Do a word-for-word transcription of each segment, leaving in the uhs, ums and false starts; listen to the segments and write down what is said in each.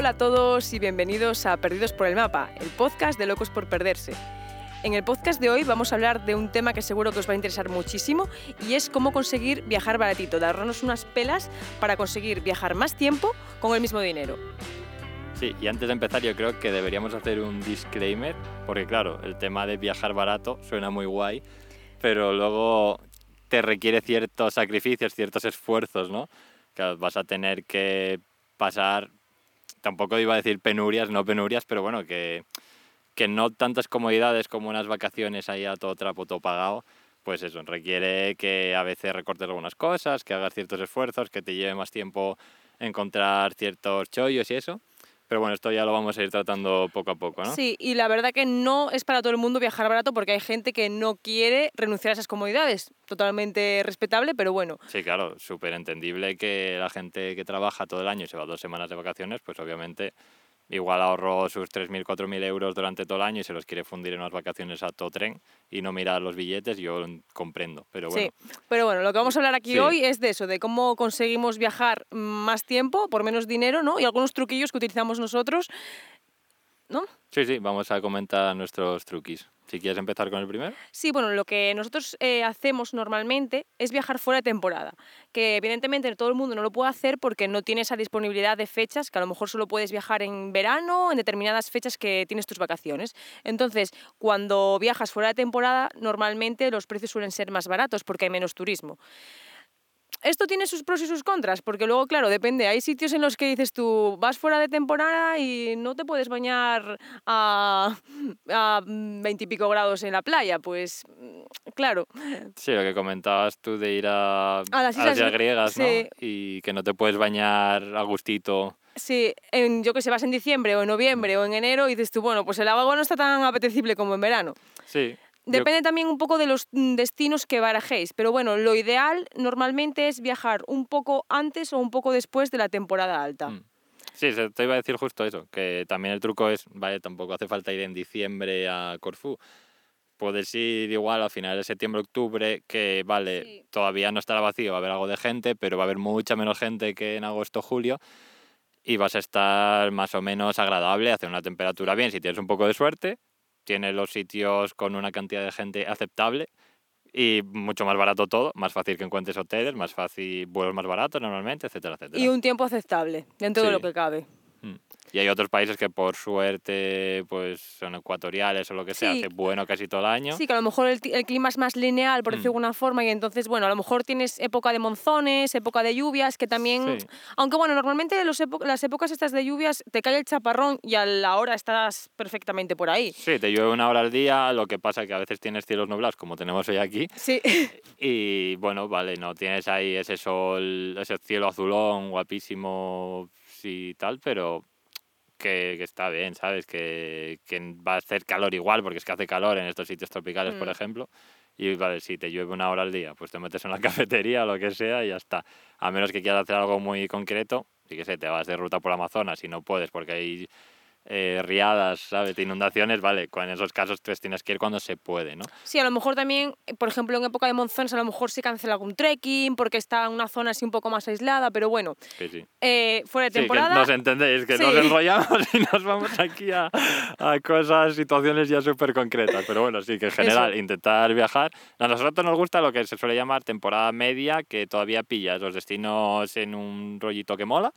Hola a todos y bienvenidos a Perdidos por el Mapa, el podcast de Locos por Perderse. En el podcast de hoy vamos a hablar de un tema que seguro que os va a interesar muchísimo y es cómo conseguir viajar baratito, darnos unas pelas para conseguir viajar más tiempo con el mismo dinero. Sí, y antes de empezar yo creo que deberíamos hacer un disclaimer, porque claro, el tema de viajar barato suena muy guay, pero luego te requiere ciertos sacrificios, ciertos esfuerzos, ¿no? Que vas a tener que pasar, tampoco iba a decir penurias, no penurias, pero bueno, que, que no tantas comodidades como unas vacaciones ahí a todo trapo, todo pagado, pues eso, requiere que a veces recortes algunas cosas, que hagas ciertos esfuerzos, que te lleve más tiempo encontrar ciertos chollos y eso. Pero bueno, esto ya lo vamos a ir tratando poco a poco, ¿no? Sí, y la verdad que no es para todo el mundo viajar barato porque hay gente que no quiere renunciar a esas comodidades. Totalmente respetable, pero bueno. Sí, claro, súper entendible que la gente que trabaja todo el año y se va dos semanas de vacaciones, pues obviamente igual ahorró sus tres mil, cuatro mil euros durante todo el año y se los quiere fundir en unas vacaciones a todo tren y no mirar los billetes, yo lo comprendo, pero bueno. Sí, pero bueno, lo que vamos a hablar aquí Sí. hoy es de eso, de cómo conseguimos viajar más tiempo por menos dinero, ¿no? Y algunos truquillos que utilizamos nosotros, ¿no? Sí, sí, vamos a comentar nuestros truquis. Si quieres empezar con el primero. Sí, bueno, lo que nosotros eh, hacemos normalmente es viajar fuera de temporada, que evidentemente todo el mundo no lo puede hacer porque no tiene esa disponibilidad de fechas, que a lo mejor solo puedes viajar en verano, en determinadas fechas que tienes tus vacaciones. Entonces, cuando viajas fuera de temporada, normalmente los precios suelen ser más baratos porque hay menos turismo. Esto tiene sus pros y sus contras, porque luego, claro, depende. Hay sitios en los que dices tú, vas fuera de temporada y no te puedes bañar a veintipico grados en la playa. Pues, claro. Sí, lo que comentabas tú de ir a, A las a las islas, islas griegas, sí. ¿no? Y que no te puedes bañar a gustito. Sí, en, yo que sé, vas en diciembre o en noviembre Mm. o en enero y dices tú, bueno, pues el agua no está tan apetecible como en verano. Sí. Depende también un poco de los destinos que barajéis, pero bueno, lo ideal normalmente es viajar un poco antes o un poco después de la temporada alta. Mm. Sí, se- te iba a decir justo eso, que también el truco es, vale, tampoco hace falta ir en diciembre a Corfú. Puedes ir igual a finales de septiembre, octubre, que vale, Sí. todavía no estará vacío, va a haber algo de gente, pero va a haber mucha menos gente que en agosto, julio, y vas a estar más o menos agradable, hace una temperatura bien, si tienes un poco de suerte, tienes los sitios con una cantidad de gente aceptable, y mucho más barato todo, más fácil que encuentres hoteles, más fácil, vuelos más baratos normalmente, etcétera, etcétera. Y un tiempo aceptable, dentro de Sí. lo que cabe. Mm. Y hay otros países que por suerte pues son ecuatoriales o lo que sea, Sí. hace bueno casi todo el año. Sí, que a lo mejor el, el clima es más lineal, por Mm. decirlo de alguna forma, y entonces, bueno, a lo mejor tienes época de monzones, época de lluvias, que también... Sí. Aunque, bueno, normalmente los epo- las épocas estas de lluvias te cae el chaparrón y a la hora estás perfectamente por ahí. Sí, te llueve una hora al día, lo que pasa que a veces tienes cielos nublados, como tenemos hoy aquí, Sí. y bueno, vale, no tienes ahí ese sol, ese cielo azulón guapísimo y tal, pero que, que está bien, ¿sabes? Que, que va a hacer calor igual, porque es que hace calor en estos sitios tropicales, por Mm. ejemplo, y vale, si te llueve una hora al día, pues te metes en la cafetería o lo que sea y ya está. A menos que quieras hacer algo muy concreto, sí que sé, te vas de ruta por Amazonas y no puedes porque hay eh, riadas, ¿sabes? De inundaciones, vale, en esos casos pues tienes que ir cuando se puede, ¿no? Sí, a lo mejor también, por ejemplo, en época de monzones, a lo mejor se cancela algún trekking porque está en una zona así un poco más aislada, pero bueno, Sí, sí. eh, fuera de Sí, que temporada... nos entendéis, que Sí. nos enrollamos y nos vamos aquí a, a cosas, situaciones ya súper concretas. Pero bueno, sí, que en general Eso. intentar viajar. A nosotros nos gusta lo que se suele llamar temporada media, que todavía pillas los destinos en un rollito que mola,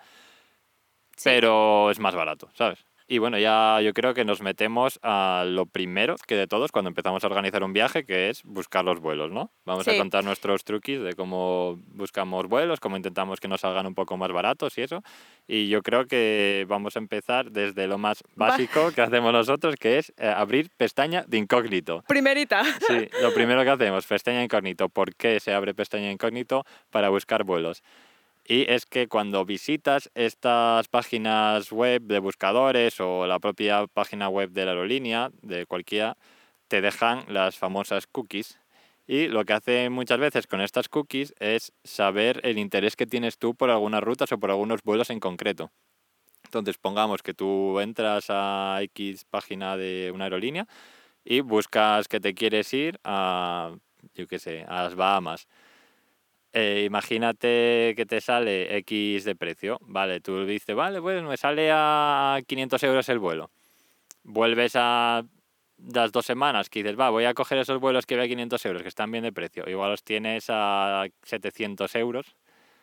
Sí. pero es más barato, ¿sabes? Y bueno, ya yo creo que nos metemos a lo primero que de todos cuando empezamos a organizar un viaje, que es buscar los vuelos, ¿no? Vamos Sí. a contar nuestros truquis de cómo buscamos vuelos, cómo intentamos que nos salgan un poco más baratos y eso. Y yo creo que vamos a empezar desde lo más básico que hacemos nosotros, que es eh, abrir pestaña de incógnito. Primerita. Sí, lo primero que hacemos, pestaña incógnito. ¿Por qué se abre pestaña incógnito? Para buscar vuelos. Y es que cuando visitas estas páginas web de buscadores o la propia página web de la aerolínea, de cualquiera, te dejan las famosas cookies. Y lo que hace muchas veces con estas cookies es saber el interés que tienes tú por algunas rutas o por algunos vuelos en concreto. Entonces pongamos que tú entras a X página de una aerolínea y buscas que te quieres ir a, yo qué sé, a las Bahamas. Eh, imagínate que te sale X de precio, vale, tú dices, vale, pues me sale a quinientos euros el vuelo. Vuelves a las dos semanas que dices, va, voy a coger esos vuelos que ve a quinientos euros, que están bien de precio. Igual los tienes a setecientos euros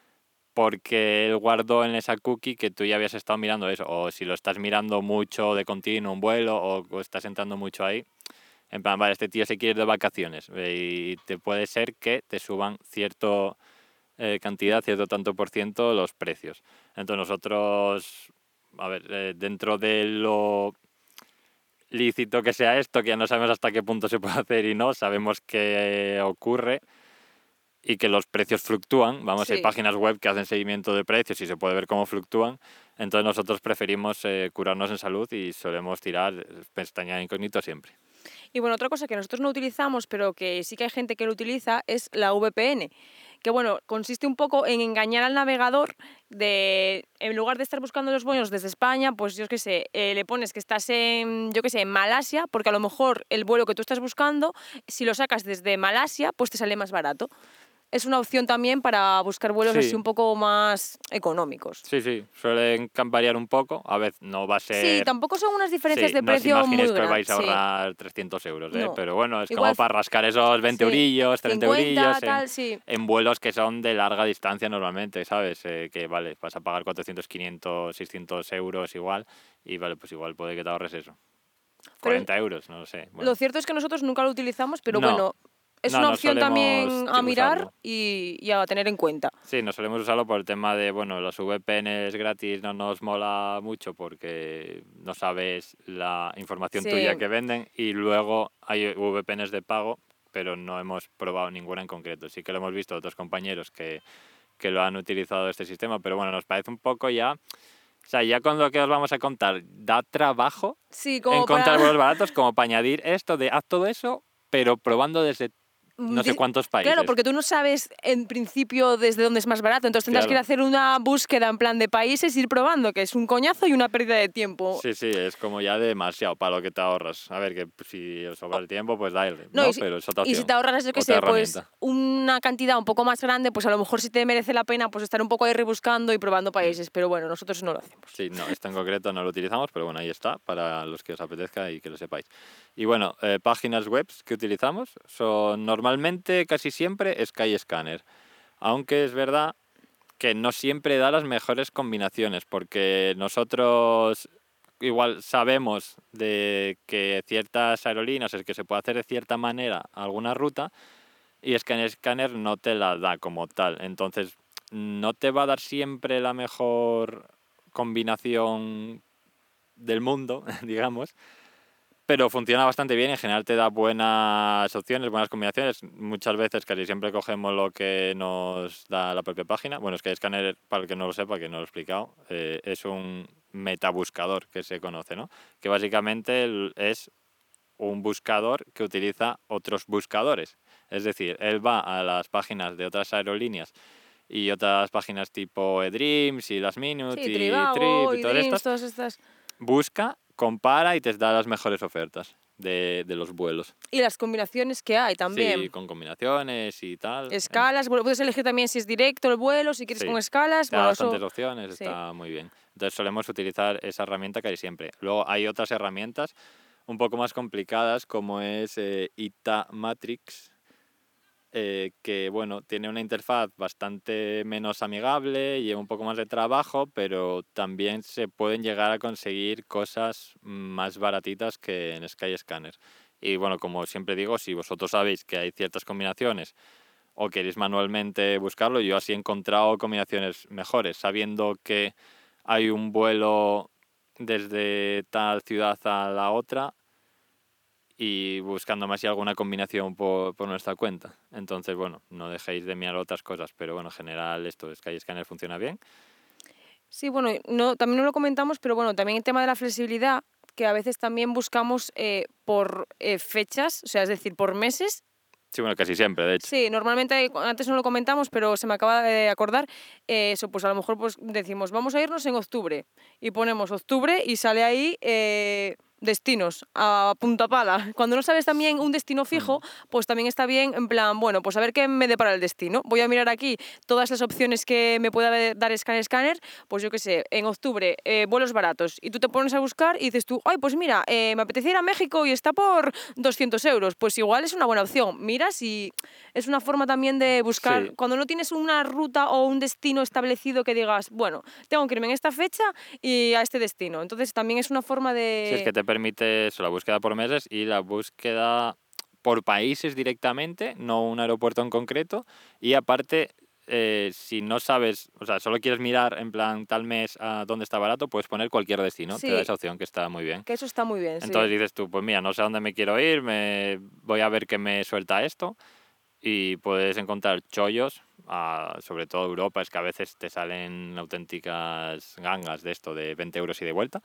porque él guardó en esa cookie que tú ya habías estado mirando eso. O si lo estás mirando mucho de continuo un vuelo o, o estás entrando mucho ahí, en plan, vale, este tío se quiere ir de vacaciones eh, y te puede ser que te suban cierto eh, cantidad, cierto tanto por ciento los precios. Entonces nosotros, a ver, eh, dentro de lo lícito que sea esto, que ya no sabemos hasta qué punto se puede hacer y no, sabemos que ocurre y que los precios fluctúan. Vamos, hay Sí. páginas web que hacen seguimiento de precios y se puede ver cómo fluctúan. Entonces nosotros preferimos eh, curarnos en salud y solemos tirar pestaña de incógnito siempre. Y bueno, otra cosa que nosotros no utilizamos, pero que sí que hay gente que lo utiliza, es la V P N, que bueno, consiste un poco en engañar al navegador de, en lugar de estar buscando los vuelos desde España, pues yo qué sé, eh, le pones que estás en, yo qué sé, en Malasia, porque a lo mejor el vuelo que tú estás buscando, si lo sacas desde Malasia, pues te sale más barato. Es una opción también para buscar vuelos Sí. así un poco más económicos. Sí, sí, suelen cam- variar un poco. A veces no va a ser... Sí, tampoco son unas diferencias Sí, de no os precio muy imaginéis que os grandes. vais a Sí. ahorrar trescientos euros, ¿eh? No. Pero bueno, es Igual como para rascar esos veinte sí, eurillos, treinta cincuenta, eurillos en, tal, sí. en vuelos que son de larga distancia normalmente, ¿sabes? Eh, que vale, vas a pagar cuatrocientos, quinientos, seiscientos euros igual y vale, pues igual puede que te ahorres eso. cuarenta euros, no lo sé. Bueno. Lo cierto es que nosotros nunca lo utilizamos, pero No, bueno, es no, una no opción solemos también a mirar usarlo. y, y a tener en cuenta. Sí, no solemos usarlo por el tema de, bueno, los V P Ns gratis no nos mola mucho porque no sabes la información Sí. tuya que venden y luego hay V P Ns de pago, pero no hemos probado ninguna en concreto. Sí que lo hemos visto otros compañeros que, que lo han utilizado este sistema, pero bueno, nos parece un poco ya... O sea, ya con lo que os vamos a contar, da trabajo Sí, como encontrar para... vuelos baratos como para añadir esto de haz todo eso, pero probando desde no sé Di- cuántos países. Claro, porque tú no sabes en principio desde dónde es más barato, entonces tendrás que ir a Claro. hacer una búsqueda en plan de países y ir probando, que es un coñazo y una pérdida de tiempo. Sí, sí, es como ya demasiado para lo que te ahorras. A ver, que si os sobra el tiempo, pues dale, No, ¿no? y si, Pero es otra y opción. si te ahorras, yo qué Otra sé, pues herramienta. una cantidad un poco más grande, pues a lo mejor sí te merece la pena pues estar un poco ahí rebuscando y probando países, pero bueno, nosotros no lo hacemos. Sí, no, esto en concreto no lo utilizamos, pero bueno, ahí está, para los que os apetezca y que lo sepáis. Y bueno, eh, páginas web que utilizamos son normalmente, casi siempre, Skyscanner. Aunque es verdad que no siempre da las mejores combinaciones, porque nosotros igual sabemos de que ciertas aerolíneas es que se puede hacer de cierta manera alguna ruta y Skyscanner no te la da como tal. Entonces, no te va a dar siempre la mejor combinación del mundo, digamos, pero funciona bastante bien. En general te da buenas opciones, buenas combinaciones. Muchas veces, casi siempre cogemos lo que nos da la propia página. Bueno, Skyscanner, para el que no lo sepa, que no lo he explicado, eh, es un metabuscador que se conoce, ¿no? Que básicamente es un buscador que utiliza otros buscadores. Es decir, él va a las páginas de otras aerolíneas y otras páginas tipo eDreams y Last Minute Sí, y Trivago, Trip y todas eDreams, estas, todas estas. busca, compara y te da las mejores ofertas de, de los vuelos. Y las combinaciones que hay también. Sí, con combinaciones y tal. Escalas, bueno, puedes elegir también si es directo el vuelo, si quieres Sí, con escalas. te da Bueno, bastantes eso... opciones, sí. está muy bien. Entonces solemos utilizar esa herramienta casi siempre. Luego hay otras herramientas un poco más complicadas como es eh, Ita Matrix, eh, que bueno, tiene una interfaz bastante menos amigable, lleva un poco más de trabajo, pero también se pueden llegar a conseguir cosas más baratitas que en Skyscanner. Y bueno, como siempre digo, si vosotros sabéis que hay ciertas combinaciones o queréis manualmente buscarlo, yo así he encontrado combinaciones mejores, sabiendo que hay un vuelo desde tal ciudad a la otra y buscando más si alguna combinación por, por nuestra cuenta. Entonces, bueno, no dejéis de mirar otras cosas, pero bueno, en general esto, Skyscanner funciona bien. Sí, bueno, no, también no lo comentamos, pero bueno, también el tema de la flexibilidad, que a veces también buscamos eh, por eh, fechas, o sea, es decir, por meses. Sí, bueno, casi siempre, de hecho. Sí, normalmente, antes no lo comentamos, pero se me acaba de acordar, eh, eso, pues a lo mejor pues decimos, vamos a irnos en octubre, y ponemos octubre y sale ahí... Eh, destinos a punta pala. Cuando no sabes también un destino fijo, pues también está bien, en plan, bueno, pues a ver qué me depara el destino. Voy a mirar aquí todas las opciones que me pueda dar Scan Scanner, pues yo qué sé, en octubre, eh, vuelos baratos. Y tú te pones a buscar y dices tú, ay, pues mira, eh, me apetecía ir a México y está por doscientos euros. Pues igual es una buena opción. Miras y es una forma también de buscar, Sí. cuando no tienes una ruta o un destino establecido que digas, bueno, tengo que irme en esta fecha y a este destino. Entonces también es una forma de... Sí, es que te permite eso, la búsqueda por meses y la búsqueda por países directamente, no un aeropuerto en concreto. Y aparte, eh, si no sabes, o sea, solo quieres mirar en plan tal mes a dónde está barato, puedes poner cualquier destino, te da Sí, esa opción que está muy bien. que eso está muy bien, sí. Entonces dices tú, pues mira, no sé a dónde me quiero ir, me voy a ver qué me suelta esto y puedes encontrar chollos, ah, sobre todo Europa, es que a veces te salen auténticas gangas de esto, de veinte euros y de vuelta.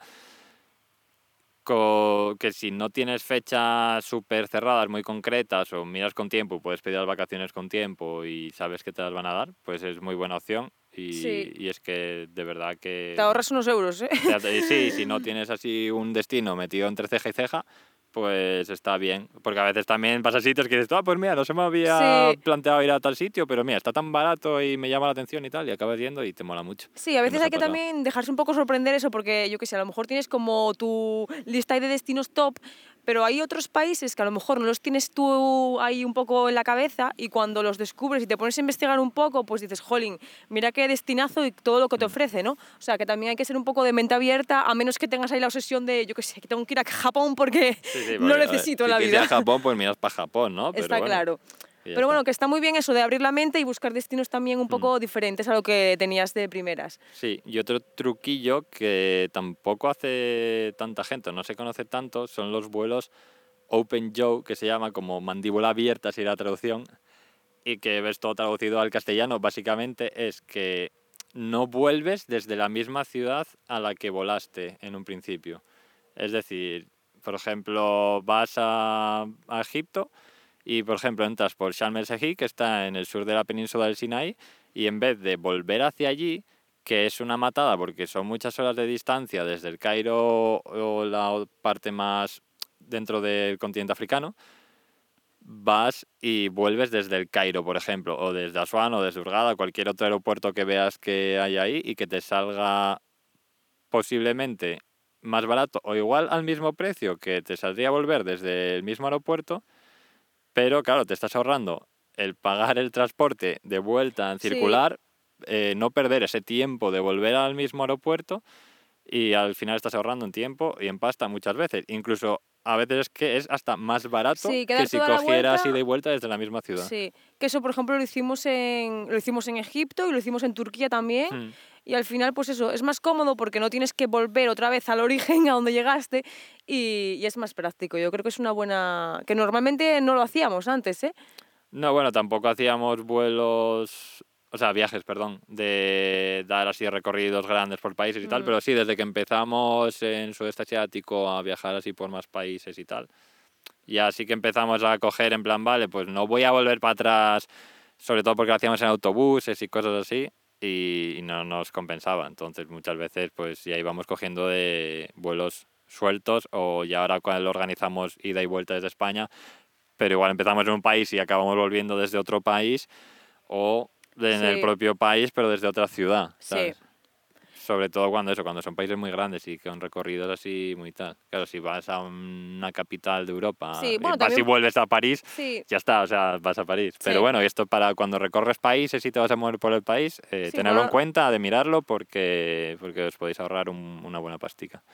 Co- que si no tienes fechas súper cerradas, muy concretas, o miras con tiempo, puedes pedir las vacaciones con tiempo y sabes que te las van a dar, pues es muy buena opción. Sí, Y, y es que de verdad te que... ahorras unos euros, ¿eh? te hace- sí, si no tienes así un destino metido entre ceja y ceja, pues está bien. Porque a veces también pasa sitios que dices, ah, pues mira, no se me había Sí, planteado ir a tal sitio, pero mira, está tan barato y me llama la atención y tal, y acabas yendo y te mola mucho. sí, a Que veces nos hay ha que pasado. también dejarse un poco sorprender eso, porque yo qué sé, a lo mejor tienes como tu lista ahí de destinos top, pero hay otros países que a lo mejor no los tienes tú ahí un poco en la cabeza y cuando los descubres y te pones a investigar un poco, pues dices, jolín, mira qué destinazo y todo lo que te Mm. ofrece, ¿no? O sea, que también hay que ser un poco de mente abierta, a menos que tengas ahí la obsesión de, yo qué sé, que tengo que ir a Japón porque Sí, sí, lo porque a ver, necesito en si la quieres ir vida. a Japón, pues miras para Japón, ¿no? Pero Está bueno, claro. y ya Pero está. bueno, que está muy bien eso de abrir la mente y buscar destinos también un Mm. poco diferentes a lo que tenías de primeras. Sí, y otro truquillo que tampoco hace tanta gente, no se conoce tanto, son los vuelos Open Jaw, que se llama como mandíbula abierta, si la traducción, y que ves todo traducido al castellano. Básicamente es que no vuelves desde la misma ciudad a la que volaste en un principio. Es decir, por ejemplo, vas a, a Egipto y, por ejemplo, entras por Sharm el Sheikh, que está en el sur de la península del Sinaí, y en vez de volver hacia allí, que es una matada porque son muchas horas de distancia desde el Cairo o la parte más dentro del continente africano, vas y vuelves desde el Cairo, por ejemplo, o desde Asuán o desde Hurghada, cualquier otro aeropuerto que veas que hay ahí y que te salga posiblemente más barato o igual al mismo precio que te saldría volver desde el mismo aeropuerto, pero claro, te estás ahorrando el pagar el transporte de vuelta en Sí, circular, eh, no perder ese tiempo de volver al mismo aeropuerto y al final estás ahorrando en tiempo y en pasta muchas veces. Incluso a veces es que es hasta más barato sí, que que dar si toda la cogieras ida vuelta. y vuelta desde la misma ciudad. Sí, que eso, por ejemplo, lo hicimos en, lo hicimos en Egipto y lo hicimos en Turquía también. Hmm. Y al final, pues eso, es más cómodo porque no tienes que volver otra vez al origen, a donde llegaste, y, y es más práctico. Yo creo que es una buena... que normalmente no lo hacíamos antes, ¿eh? No, bueno, tampoco hacíamos vuelos, o sea, viajes, perdón, de dar así recorridos grandes por países y tal, Mm, pero sí, desde que empezamos en sudeste asiático a viajar así por más países y tal, ya sí que empezamos a coger en plan, vale, pues no voy a volver para atrás, sobre todo porque lo hacíamos en autobuses y cosas así, y, y no nos compensaba. Entonces, muchas veces, pues ya íbamos cogiendo de vuelos sueltos, o ya ahora cuando organizamos ida y vuelta desde España, pero igual empezamos en un país y acabamos volviendo desde otro país, o en el sí, propio país, pero desde otra ciudad, sí, ¿sabes? Sobre todo cuando eso, cuando son países muy grandes y con recorridos así muy tal. Claro, si vas a una capital de Europa, sí. y Bueno, vas y también... vuelves a París, Sí, ya está, o sea, vas a París. Pero sí, bueno, esto para cuando recorres países y te vas a mover por el país, eh, sí, tenerlo en bueno, cuenta, de mirarlo, porque, porque os podéis ahorrar un- una buena pastica.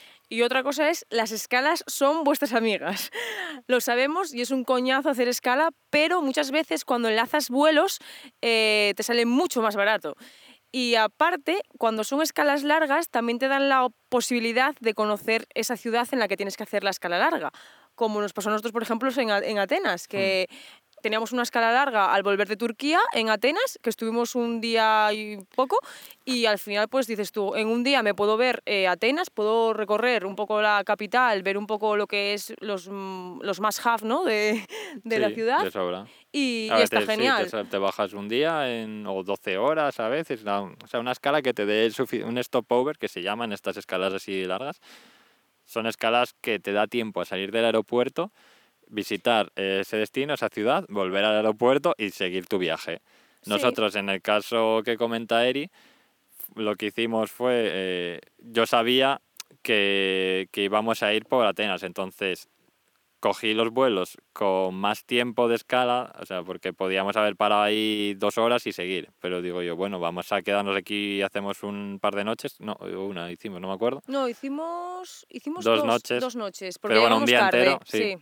y otra cosa es, las escalas son vuestras amigas. Lo sabemos y es un coñazo hacer escala, pero muchas veces cuando enlazas vuelos eh, te sale mucho más barato. Y aparte, cuando son escalas largas, también te dan la posibilidad de conocer esa ciudad en la que tienes que hacer la escala larga. Como nos pasó a nosotros, por ejemplo, en, A- en Atenas, Hmm. que teníamos una escala larga al volver de Turquía en Atenas, que estuvimos un día y poco, y al final pues dices tú, en un día me puedo ver eh, Atenas, puedo recorrer un poco la capital, ver un poco lo que es los, mm, los más have, ¿no? de, de la Sí, ciudad, de sobra. y, A y está veces sí, te, genial. sa- te bajas un día en, o doce horas a veces, la- o sea, una escala que te dé el sufi- un stopover, que se llaman estas escalas así largas, son escalas que te da tiempo a salir del aeropuerto, visitar eh, ese destino, esa ciudad, volver al aeropuerto y seguir tu viaje. Sí. Nosotros, en el caso que comenta Eri, lo que hicimos fue, eh, yo sabía que, que íbamos a ir por Atenas, entonces cogí los vuelos con más tiempo de escala, o sea, porque podíamos haber parado ahí dos horas y seguir, pero digo yo, bueno, vamos a quedarnos aquí y hacemos un par de noches, no, una hicimos, no me acuerdo. No, hicimos, hicimos Dos dos, noches, dos noches, porque pero bueno, un llegamos día tarde, entero, sí. sí.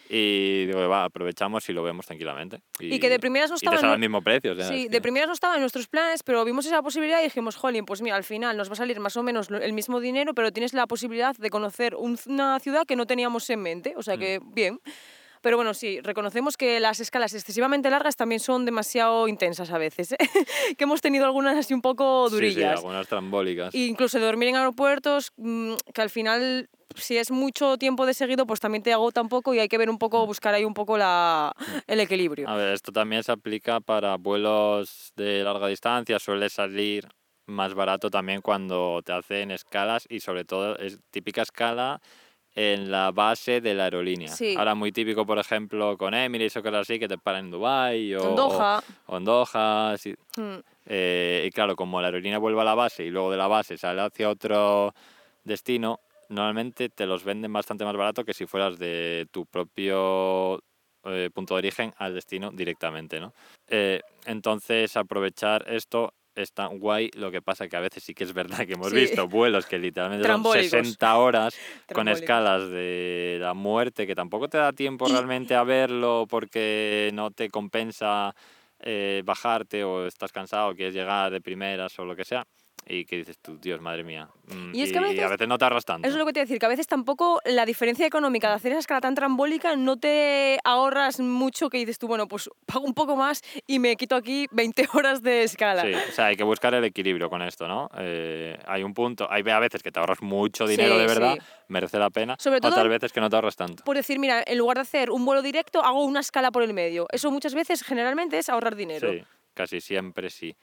Y digo, va, aprovechamos y lo vemos tranquilamente. Y, Y que de primeras no y te estaba en sale nue- al mismo precio. O sea, Sí, es de que- primeras no estaba en nuestros planes, pero vimos esa posibilidad y dijimos, jolín, pues mira, al final nos va a salir más o menos lo- el mismo dinero, pero tienes la posibilidad de conocer un- una ciudad que no teníamos en mente, o sea Mm. que bien. Pero bueno, sí, reconocemos que las escalas excesivamente largas también son demasiado intensas a veces, ¿eh? Que hemos tenido algunas así un poco Sí, sí, durillas. algunas trambólicas. E incluso de dormir en aeropuertos, mm, que al final, si es mucho tiempo de seguido, pues también te agota un poco y hay que ver un poco, Mm. buscar ahí un poco la, Mm. el equilibrio. A ver, esto también se aplica para vuelos de larga distancia, suele salir más barato también cuando te hacen escalas y sobre todo es típica escala en la base de la aerolínea. Sí. Ahora muy típico, por ejemplo, con Emirates o cosas así, que te paran en Dubái o En Doha. o, o en Doha. Sí. Mm. Eh, y claro, como la aerolínea vuelve a la base y luego de la base sale hacia otro destino, normalmente te los venden bastante más barato que si fueras de tu propio eh, punto de origen al destino directamente, ¿no? Eh, entonces aprovechar esto es tan guay, lo que pasa que a veces sí que es verdad que hemos Sí. visto vuelos que literalmente son Trambólicos. sesenta horas con Trambólicos. escalas de la muerte, que tampoco te da tiempo Y- realmente a verlo porque no te compensa eh, bajarte o estás cansado o quieres llegar de primeras o lo que sea, y que dices tú, Dios, madre mía. Mm, Y es que a y a veces- veces no te ahorras tanto. Eso es lo que te iba a decir, que a veces tampoco la diferencia económica de hacer esa escala tan trambólica no te ahorras mucho, que dices tú, bueno, pues pago un poco más y me quito aquí veinte horas de escala. Sí, o sea, hay que buscar el equilibrio con esto, ¿no? Eh, hay un punto, hay a veces que te ahorras mucho dinero Sí, de verdad, sí. merece la pena, Sobre todo- otras veces que no te ahorras tanto. Por decir, mira, en lugar de hacer un vuelo directo, hago una escala por el medio. Eso muchas veces, generalmente, es ahorrar dinero. Sí, casi siempre sí.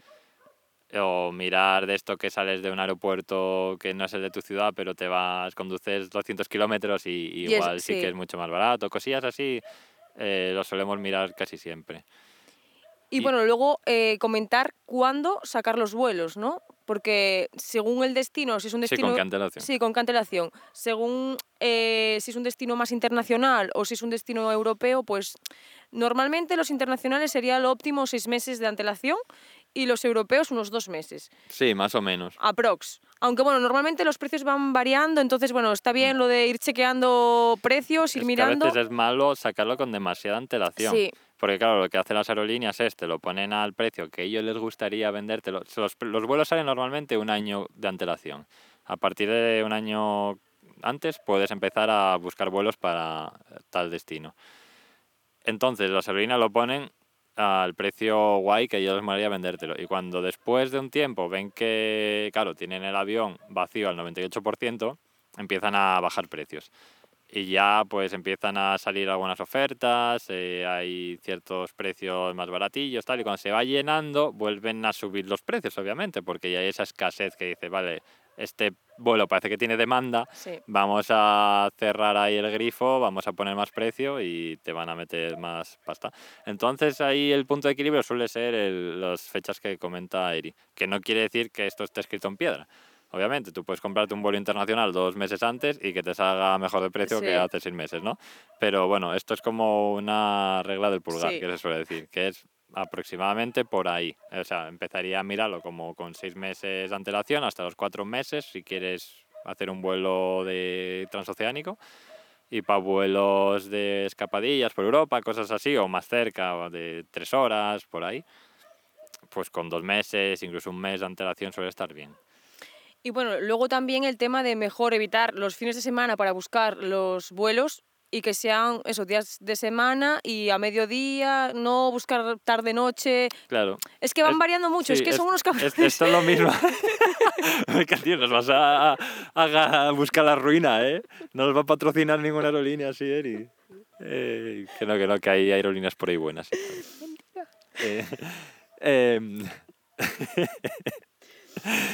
O mirar de esto que sales de un aeropuerto que no es el de tu ciudad, pero te vas, conduces doscientos kilómetros y, y Y es- igual sí sí. que es mucho más barato. Cosillas así eh, lo solemos mirar casi siempre. Y, Y- bueno, luego eh, comentar cuándo sacar los vuelos, ¿no? Porque según el destino, si es un Sí, destino... con qué antelación. Sí, con qué antelación. Según eh, si es un destino más internacional o si es un destino europeo, pues normalmente los internacionales sería lo óptimo seis meses de antelación y los europeos unos dos meses. Sí, más o menos. Aprox. Aunque bueno, normalmente los precios van variando, entonces bueno, está bien lo de ir chequeando precios, ir Es que mirando. a veces es malo sacarlo con demasiada antelación. Sí. Porque claro, lo que hacen las aerolíneas es te lo ponen al precio que a ellos les gustaría vendértelo. Los, los vuelos salen normalmente un año de antelación. A partir de un año antes puedes empezar a buscar vuelos para tal destino. Entonces las aerolíneas lo ponen al precio guay que a ellos les molaría vendértelo. Y cuando después de un tiempo ven que, claro, tienen el avión vacío al noventa y ocho por ciento, empiezan a bajar precios. Y ya pues empiezan a salir algunas ofertas, eh, hay ciertos precios más baratillos, tal, y cuando se va llenando vuelven a subir los precios, obviamente, porque ya hay esa escasez que dice, vale, este vuelo parece que tiene demanda, Sí. vamos a cerrar ahí el grifo, vamos a poner más precio y te van a meter más pasta. Entonces ahí el punto de equilibrio suele ser el- las fechas que comenta Eri, que no quiere decir que esto esté escrito en piedra. Obviamente, tú puedes comprarte un vuelo internacional dos meses antes y que te salga mejor de precio Sí. que hace seis meses, ¿no? Pero bueno, esto es como una regla del pulgar, Sí. que se suele decir, que es aproximadamente por ahí. O sea, empezaría a mirarlo como con seis meses de antelación, hasta los cuatro meses, si quieres hacer un vuelo de transoceánico. Y para vuelos de escapadillas por Europa, cosas así, o más cerca, o de tres horas, por ahí, pues con dos meses, incluso un mes de antelación suele estar bien. Y bueno, luego también el tema de mejor evitar los fines de semana para buscar los vuelos y que sean esos días de semana y a mediodía, no buscar tarde-noche. Claro. Es que van Es- variando mucho, es sí, que son unos cabrones. es- esto es lo mismo. Me tío, nos vas a, a- a- a buscar la ruina, ¿eh? No nos va a patrocinar ninguna aerolínea así, Eri. Eh, que no, que no, que hay aerolíneas por ahí buenas. Eh, em,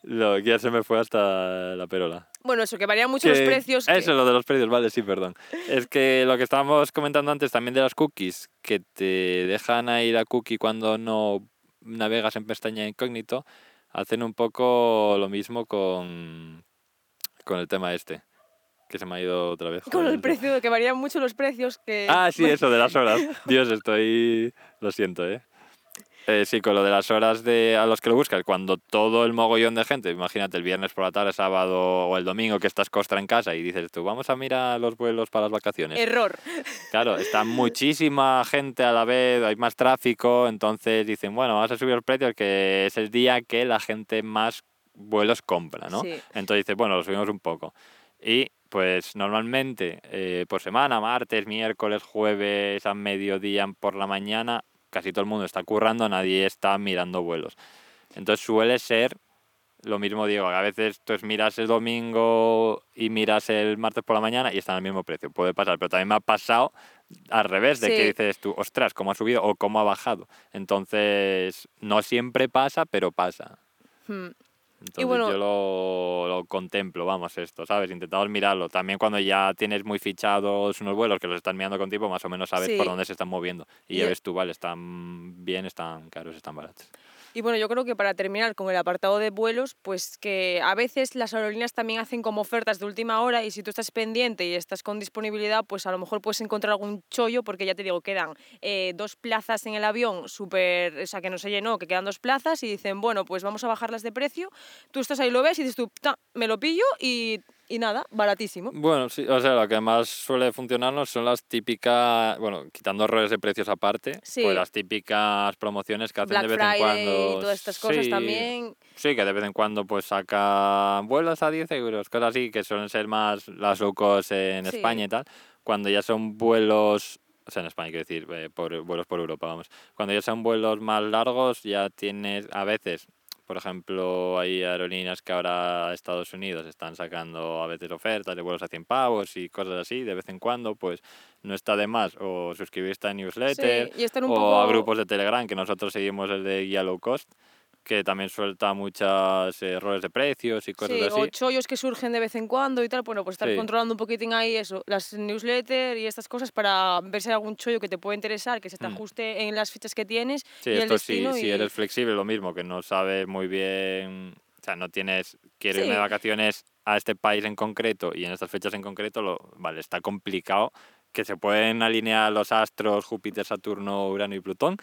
Lo que ya se me fue hasta la perola. Bueno, eso, que varían mucho los Que- precios. que- Eso, lo de los precios, vale, sí, perdón. Es que lo que estábamos comentando antes también de las cookies, que te dejan ahí la cookie cuando no navegas en pestaña incógnito, hacen un poco lo mismo con, con el tema este, que se me ha ido otra vez. Con joder, el no sé. precio, que varían mucho los precios. Que... Ah, sí, eso de las horas. Dios, estoy... Lo siento, ¿eh? Eh, sí, con lo de las horas de a los que lo buscas, cuando todo el mogollón de gente, imagínate el viernes por la tarde, sábado o el domingo que estás costra en casa y dices tú, vamos a mirar los vuelos para las vacaciones. Error. Claro, está muchísima gente a la vez, hay más tráfico, entonces dicen, bueno, vamos a subir los precios, que es el día que la gente más vuelos compra, ¿no? Sí. Entonces dices, bueno, lo subimos un poco. Y pues normalmente eh, por semana, martes, miércoles, jueves, a mediodía, por la mañana, casi todo el mundo está currando, nadie está mirando vuelos. Entonces suele ser lo mismo, digo, a veces tú miras el domingo y miras el martes por la mañana y están al mismo precio, puede pasar, pero también me ha pasado al revés, de Sí. que dices tú, ostras, cómo ha subido o cómo ha bajado. Entonces, no siempre pasa, pero pasa. Hmm. Entonces bueno- yo lo, lo contemplo, vamos, esto, ¿sabes? Intentamos mirarlo. También cuando ya tienes muy fichados unos vuelos que los están mirando con tiempo, más o menos sabes Sí. por dónde se están moviendo. Y Y- ya ves tú, vale, están bien, están caros, están baratos. Y bueno, yo creo que para terminar con el apartado de vuelos, pues que a veces las aerolíneas también hacen como ofertas de última hora y si tú estás pendiente y estás con disponibilidad, pues a lo mejor puedes encontrar algún chollo porque ya te digo, quedan eh, dos plazas en el avión, súper, o sea, que no se llenó, que quedan dos plazas y dicen, bueno, pues vamos a bajarlas de precio. Tú estás ahí, lo ves y dices tú, "Ta, me lo pillo y, y nada, baratísimo". Bueno, sí, o sea, lo que más suele funcionarnos son las típicas, bueno, quitando errores de precios aparte, Sí. pues las típicas promociones que hacen Black de vez Friday en cuando. y todas estas cosas Sí, también. Sí, que de vez en cuando pues sacan vuelos a diez euros, cosas así, que suelen ser más las low cost en Sí. España y tal. Cuando ya son vuelos, o sea, en España quiero decir, eh, por, vuelos por Europa, vamos. Cuando ya son vuelos más largos, ya tienes, a veces, por ejemplo, hay aerolíneas que ahora a Estados Unidos están sacando a veces ofertas de vuelos a cien pavos y cosas así, de vez en cuando, pues no está de más o suscribirte a newsletter Sí, y están un o poco... a grupos de Telegram, que nosotros seguimos el de Guía Low Cost, que también suelta muchos errores de precios y cosas Sí, así. o chollos que surgen de vez en cuando y tal, bueno, pues estar Sí. controlando un poquitín ahí eso, las newsletters y estas cosas para ver si hay algún chollo que te puede interesar, que se te Mm. ajuste en las fechas que tienes Sí, y el esto sí, destino si y... eres flexible, lo mismo, que no sabes muy bien, o sea, no tienes, quiero irme de Sí. vacaciones a este país en concreto y en estas fechas en concreto, lo, vale, está complicado, que se pueden alinear los astros, Júpiter, Saturno, Urano y Plutón,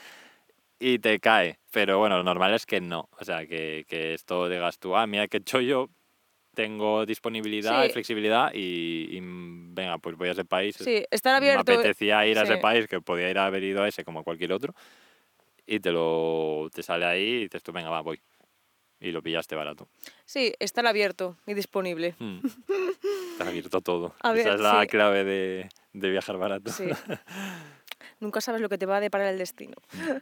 y te cae, pero bueno, lo normal es que no, o sea, que, que esto digas tú, ah, mira qué chollo, tengo disponibilidad y Sí. flexibilidad y, y, mm, venga, pues voy a ese país. Sí, estar Me abierto... apetecía ir a ese sí. país, que podía ir a haber ido a ese como a cualquier otro, y te lo te sale ahí y dices tú, venga, va, voy. Y lo pillaste barato. Sí, estar abierto y disponible. Mm. Te has abierto todo. A ver, Esa es la sí. clave de, de viajar barato. Sí. Nunca sabes lo que te va a deparar el destino.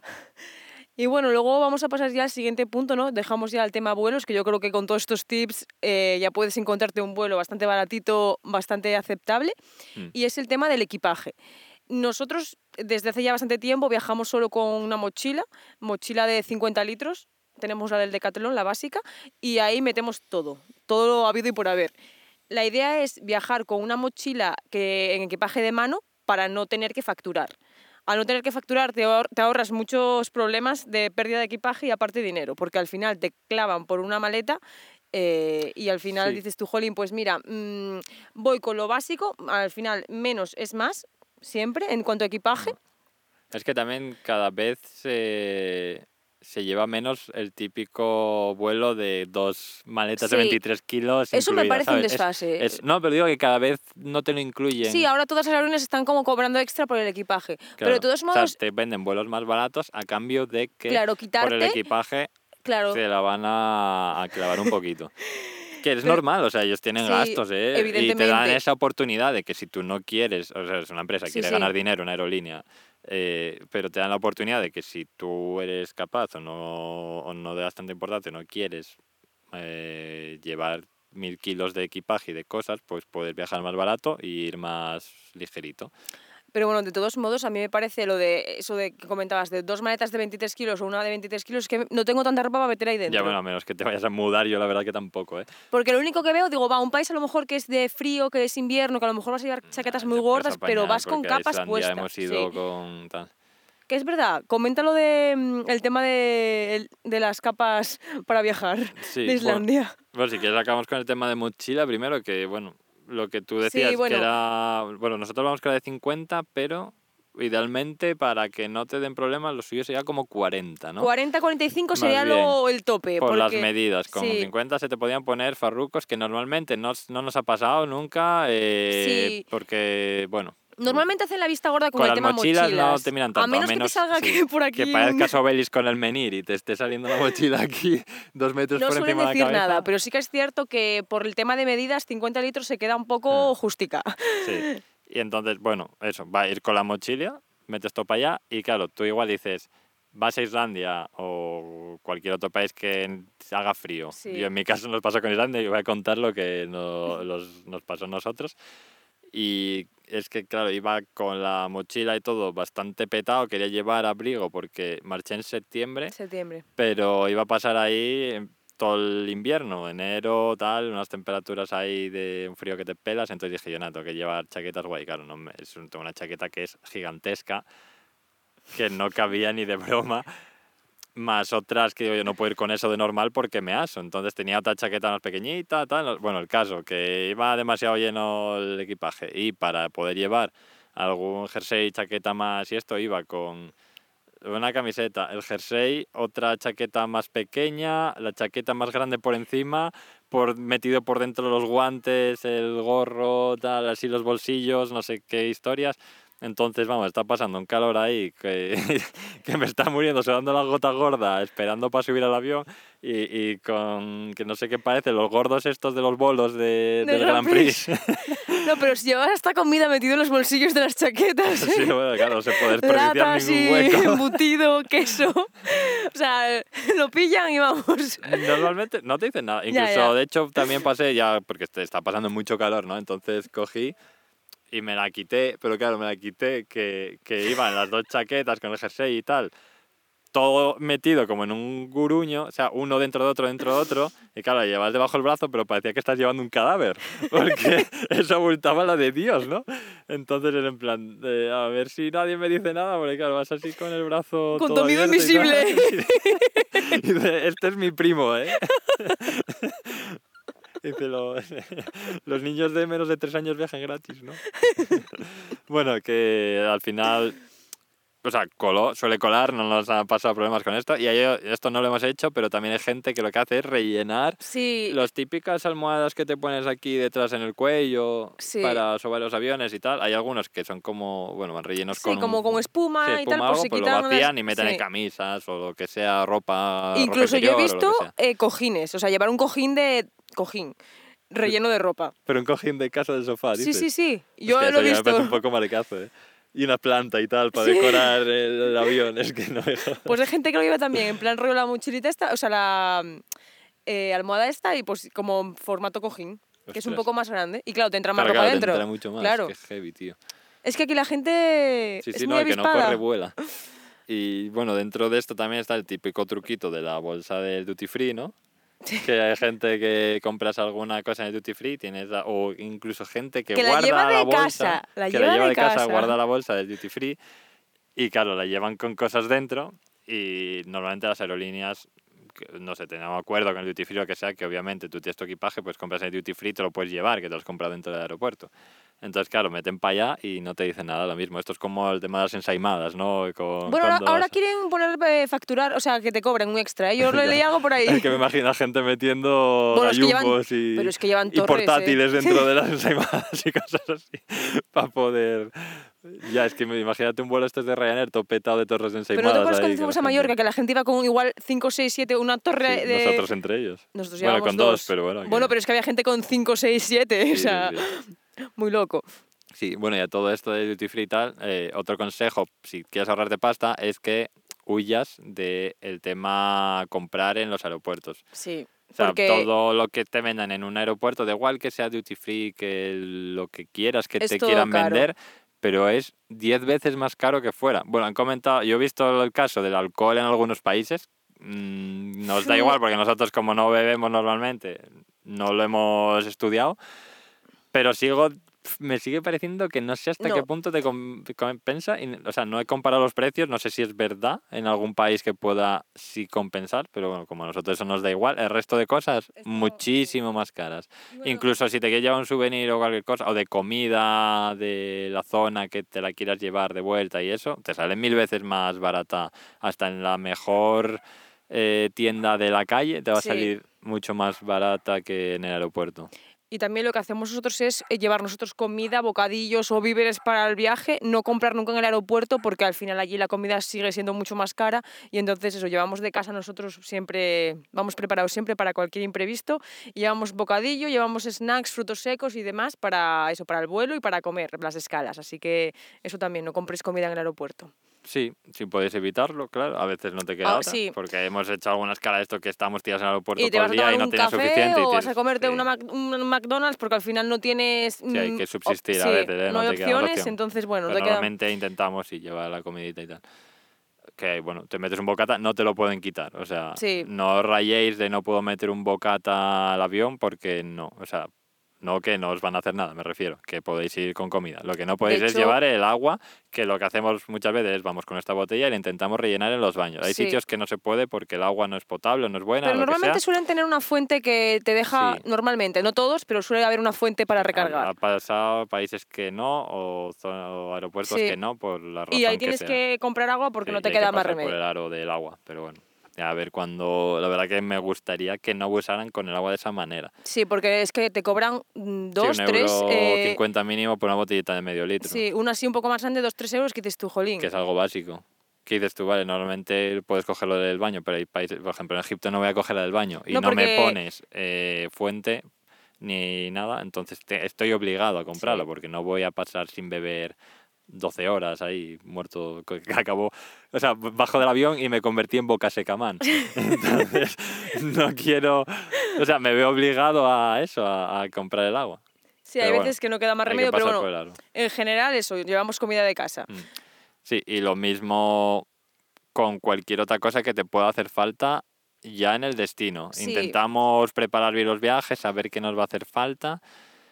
Y bueno, luego vamos a pasar ya al siguiente punto, ¿no? Dejamos ya el tema vuelos, que yo creo que con todos estos tips eh, ya puedes encontrarte un vuelo bastante baratito, bastante aceptable. Mm. Y es el tema del equipaje. Nosotros desde hace ya bastante tiempo viajamos solo con una mochila, mochila de cincuenta litros, tenemos la del Decathlon, la básica, y ahí metemos todo, todo lo habido y por haber. La idea es viajar con una mochila que, en equipaje de mano para no tener que facturar. Al no tener que facturar te, ahor- te ahorras muchos problemas de pérdida de equipaje y aparte dinero, porque al final te clavan por una maleta eh, y al final Sí. dices tú, jolín, pues mira, mmm, voy con lo básico, al final menos es más, siempre, en cuanto a equipaje. Es que también cada vez se, se lleva menos el típico vuelo de dos maletas de Sí. veintitrés kilos Eso me incluidas, parece un ¿sabes? Es- desfase. es- no, pero digo que cada vez no te lo incluyen. Sí, ahora todas las aerolíneas están como cobrando extra por el equipaje. Pero Claro. de todos O sea, modos, te venden vuelos más baratos a cambio de que claro, por el quitarte, equipaje claro, te la van a, a clavar un poquito. Que es Pero- normal, o sea, ellos tienen sí, gastos, ¿eh? Y te dan evidentemente. esa oportunidad de que si tú no quieres, o sea, es una empresa, Sí, quiere sí. ganar dinero, una aerolínea, eh, pero te dan la oportunidad de que si tú eres capaz o no, o no le das tanta importancia, no quieres eh, llevar mil kilos de equipaje y de cosas, pues puedes viajar más barato y ir más ligerito. Pero bueno, de todos modos, a mí me parece lo de eso de que comentabas, de dos maletas de veintitrés kilos o una de veintitrés kilos, que no tengo tanta ropa para meter ahí dentro. Ya, bueno, a menos que te vayas a mudar, yo la verdad que tampoco, ¿eh? Porque lo único que veo, digo, va, un país a lo mejor que es de frío, que es invierno, que a lo mejor vas a llevar chaquetas Nah, muy te puedes gordas, pero apañar, vas con porque a capas Islandia puestas. hemos ido Sí. con tal. Que es verdad, comenta lo de mm, el tema de, el- de las capas para viajar Sí, de bueno, Islandia. Bueno, si quieres acabamos con el tema de mochila primero, que bueno, lo que tú decías Sí, bueno, que era, bueno, nosotros vamos con la de cincuenta, pero idealmente para que no te den problemas, lo suyo sería como cuarenta, ¿no? cuarenta cuarenta y cinco Más sería bien, lo, el tope. por las porque, medidas, con sí, cincuenta se te podían poner farrucos que normalmente no, no nos ha pasado nunca, eh, sí. porque, bueno, Normalmente hacen la vista gorda con con el las tema mochilas no te mochilas. miran A tanto, a menos que te menos salga sí, que por que aquí un... parezcas Obelis con el menir y te esté saliendo la mochila aquí dos metros No por suelen encima de la decir cabeza. nada, pero sí que es cierto que por el tema de medidas, cincuenta litros se queda un poco Ah. justica. Sí. Y entonces, bueno, eso, va a ir con la mochila, metes todo para allá y claro, tú igual dices, vas a Islandia o cualquier otro país que haga frío. Sí. Yo en mi caso nos pasó con Islandia y voy a contar lo que no- los- nos pasó a nosotros. Y es que, claro, iba con la mochila y todo bastante petado, quería llevar abrigo porque marché en septiembre, Septiembre. pero iba a pasar ahí en todo el invierno, enero, tal, unas temperaturas ahí de un frío que te pelas, entonces dije yo, nada, tengo que llevar chaquetas guay, claro, no, me- es un- tengo una chaqueta que es gigantesca, que no cabía ni de broma, más otras que digo yo no puedo ir con eso de normal porque me aso, entonces tenía otra chaqueta más pequeñita, tal, bueno, el caso, que iba demasiado lleno el equipaje y para poder llevar algún jersey, chaqueta más y esto iba con una camiseta, el jersey, otra chaqueta más pequeña, la chaqueta más grande por encima, por, metido por dentro los guantes, el gorro, tal, así los bolsillos, no sé qué historias. Entonces, vamos, está pasando un calor ahí que, que me está muriendo, sudando la gota gorda, esperando para subir al avión y, y con, que no sé qué parece, los gordos estos de los bolos de, Del del Grand Grand Prix. No, pero si llevas esta comida metido en los bolsillos de las chaquetas. Sí, ¿eh? bueno, claro, no se puede desperdiciar Latas ningún y hueco. embutido, queso. O sea, lo pillan y vamos. Normalmente no te dicen nada. Incluso, ya. de hecho, también pasé ya, porque este- está pasando mucho calor, ¿no? Entonces cogí y me la quité, pero claro, me la quité que, que iban las dos chaquetas con el jersey y tal, todo metido como en un guruño, o sea, uno dentro de otro, dentro de otro, y claro, la llevas debajo del brazo, pero parecía que estás llevando un cadáver, porque eso abultaba la de Dios, ¿no? Entonces era en plan, de, a ver si nadie me dice nada, porque claro, vas así con el brazo Con tu todo amigo abierto y tal. invisible. Y dice, este es mi primo, ¿eh? Dice, lo- los niños de menos de tres años viajan gratis, ¿no? Bueno, que al final, o sea, coló, suele colar, no nos han pasado problemas con esto. Y ahí- esto no lo hemos hecho, pero también hay gente que lo que hace es rellenar Sí, las típicas almohadas que te pones aquí detrás en el cuello Sí. para sobar los aviones y tal. Hay algunos que son como, bueno, van rellenos sí, con un- como con espuma sí, y tal, espuma por algo, si pues lo quitan las- vacían y meten en sí. camisas o lo que sea, ropa, ropa Incluso yo he interior o lo visto que sea. eh, cojines, o sea, llevar un cojín de cojín relleno de ropa. Pero un cojín de casa del sofá, Sí, dices. sí, sí. Yo Hostia, lo he eso ya me visto. parece un poco maricazo, ¿eh? Y una planta y tal para Sí. decorar el, el avión, es que no me jodas. Pues hay gente que lo lleva también, en plan rollo la mochilita esta, o sea, la eh, almohada esta y pues como formato cojín, que es un Ostras. poco más grande. Y claro, te entra más Claro, ropa claro, te dentro. entra mucho más, Claro. que heavy, tío. Es que aquí la gente Sí, es sí, muy no, el que no avispada. corre vuela. Y bueno, dentro de esto también está el típico truquito de la bolsa del duty free, ¿no? Que hay gente que compras alguna cosa en el duty free, tienes la- o incluso gente que, Que la guarda lleva de la bolsa, casa, la que lleva la lleva de de casa, casa. guarda la bolsa del duty free y claro, la llevan con cosas dentro y normalmente las aerolíneas, que, no sé, tenemos acuerdo con el duty free o lo que sea, que obviamente tú tienes tu equipaje, pues compras en el duty free, te lo puedes llevar, que te lo has comprado dentro del aeropuerto. Entonces, claro, meten para allá y no te dicen nada lo mismo. Esto es como el tema de las ensaimadas, ¿no? Con, Bueno, ahora, cuando ahora vas- quieren poner eh, facturar, o sea, que te cobren un extra. ¿eh? Yo lo Ya. leí algo por ahí. Es que me imagino a gente metiendo Bueno, es que llevan- gallumbos y, pero es que llevan y torres, portátiles ¿eh? dentro de las ensaimadas y cosas así para poder... Ya, es que me- imagínate un vuelo este de Ryanair todo petado de torres de Pero ensaimadas. no te acuerdas ahí, cuando que fuimos la a Mallorca, gente- que la gente iba con igual cinco, seis, siete, una torre Sí, de... nosotros entre ellos. Nosotros Bueno, llevábamos con dos, pero bueno. que- Bueno, pero es que había gente con cinco, seis, siete, sí, o sea, sí, sí. muy loco. Sí, bueno, y a todo esto de duty free y tal, eh, otro consejo, si quieres ahorrarte pasta, es que huyas del tema comprar en los aeropuertos. Sí, O sea, porque todo lo que te vendan en un aeropuerto, da igual que sea duty free, que lo que quieras que Es te todo quieran caro. vender, pero es diez veces más caro que fuera. Bueno, han comentado, yo he visto el caso del alcohol en algunos países, mmm, nos da igual porque nosotros como no bebemos normalmente, no lo hemos estudiado, pero sigo... me sigue pareciendo que no sé hasta No. qué punto te compensa. Y, o sea, no he comparado los precios, no sé si es verdad en algún país que pueda sí compensar, pero bueno, como a nosotros eso nos da igual, el resto de cosas Esto, muchísimo sí. más caras. Bueno. Incluso si te quieres llevar un souvenir o cualquier cosa, o de comida de la zona que te la quieras llevar de vuelta y eso, te sale mil veces más barata. Hasta en la mejor eh, tienda de la calle te va a Sí. salir mucho más barata que en el aeropuerto. Y también lo que hacemos nosotros es eh, llevar nosotros comida, bocadillos o víveres para el viaje, no comprar nunca en el aeropuerto porque al final allí la comida sigue siendo mucho más cara y entonces eso, llevamos de casa nosotros siempre, vamos preparados siempre para cualquier imprevisto, y llevamos bocadillo, llevamos snacks, frutos secos y demás para eso, para el vuelo y para comer las escalas, así que eso también, no compres comida en el aeropuerto. Sí, si puedes evitarlo, claro. A veces no te queda Ah, otra, sí. porque hemos hecho alguna escala de esto que estamos tirados en el aeropuerto Y te todo vas el a día tomar y no un tienes café suficiente. Y o tienes, vas a comerte sí, una Mac- un McDonald's porque al final no tienes... sí, hay que mm, subsistir op- a sí, veces, ¿eh? no No hay te queda otra opciones, opción. entonces bueno, Pero te queda... normalmente intentamos sí, llevar la comidita y tal. Que bueno, te metes un bocata, no te lo pueden quitar. O sea, Sí. no os rayéis de no puedo meter un bocata al avión porque no. O sea, no que no os van a hacer nada, me refiero, que podéis ir con comida. Lo que no podéis De es hecho- llevar el agua, que lo que hacemos muchas veces es vamos con esta botella y la intentamos rellenar en los baños. Hay Sí. sitios que no se puede porque el agua no es potable, no es buena, Pero lo que normalmente sea. suelen tener una fuente que te deja, Sí. normalmente, no todos, pero suele haber una fuente para Sí, recargar. Ha, ha pasado países que no o, zo- o aeropuertos Sí. que no por la razón Y ahí que tienes sea. que comprar agua porque Sí, no y te hay que queda más pasar por remedio. el aro del agua, pero bueno. Ya a ver cuando... La verdad que me gustaría que no abusaran con el agua de esa manera. Sí, porque es que te cobran mm, dos, sí, un tres... euro eh, cincuenta mínimo por una botellita de medio litro, sí, una así un poco más grande, dos, tres euros, que dices tú, jolín. que es algo básico. ¿Qué dices tú? Vale, normalmente puedes cogerlo del baño, pero hay países, por ejemplo, en Egipto no voy a coger la del baño y No, no, me porque- pones eh, fuente ni nada, entonces te- estoy obligado a comprarlo Sí. porque no voy a pasar sin beber doce horas ahí muerto, que acabó, o sea, bajo del avión y me convertí en boca seca man. Entonces, no quiero, o sea, me veo obligado a eso, a, a comprar el agua. Sí, hay Pero bueno, veces que no queda más hay que remedio, pero pasar bueno, por el aro. en general eso, llevamos comida de casa. Mm. Sí, y lo mismo con cualquier otra cosa que te pueda hacer falta ya en el destino. Sí. Intentamos preparar bien los viajes, saber qué nos va a hacer falta.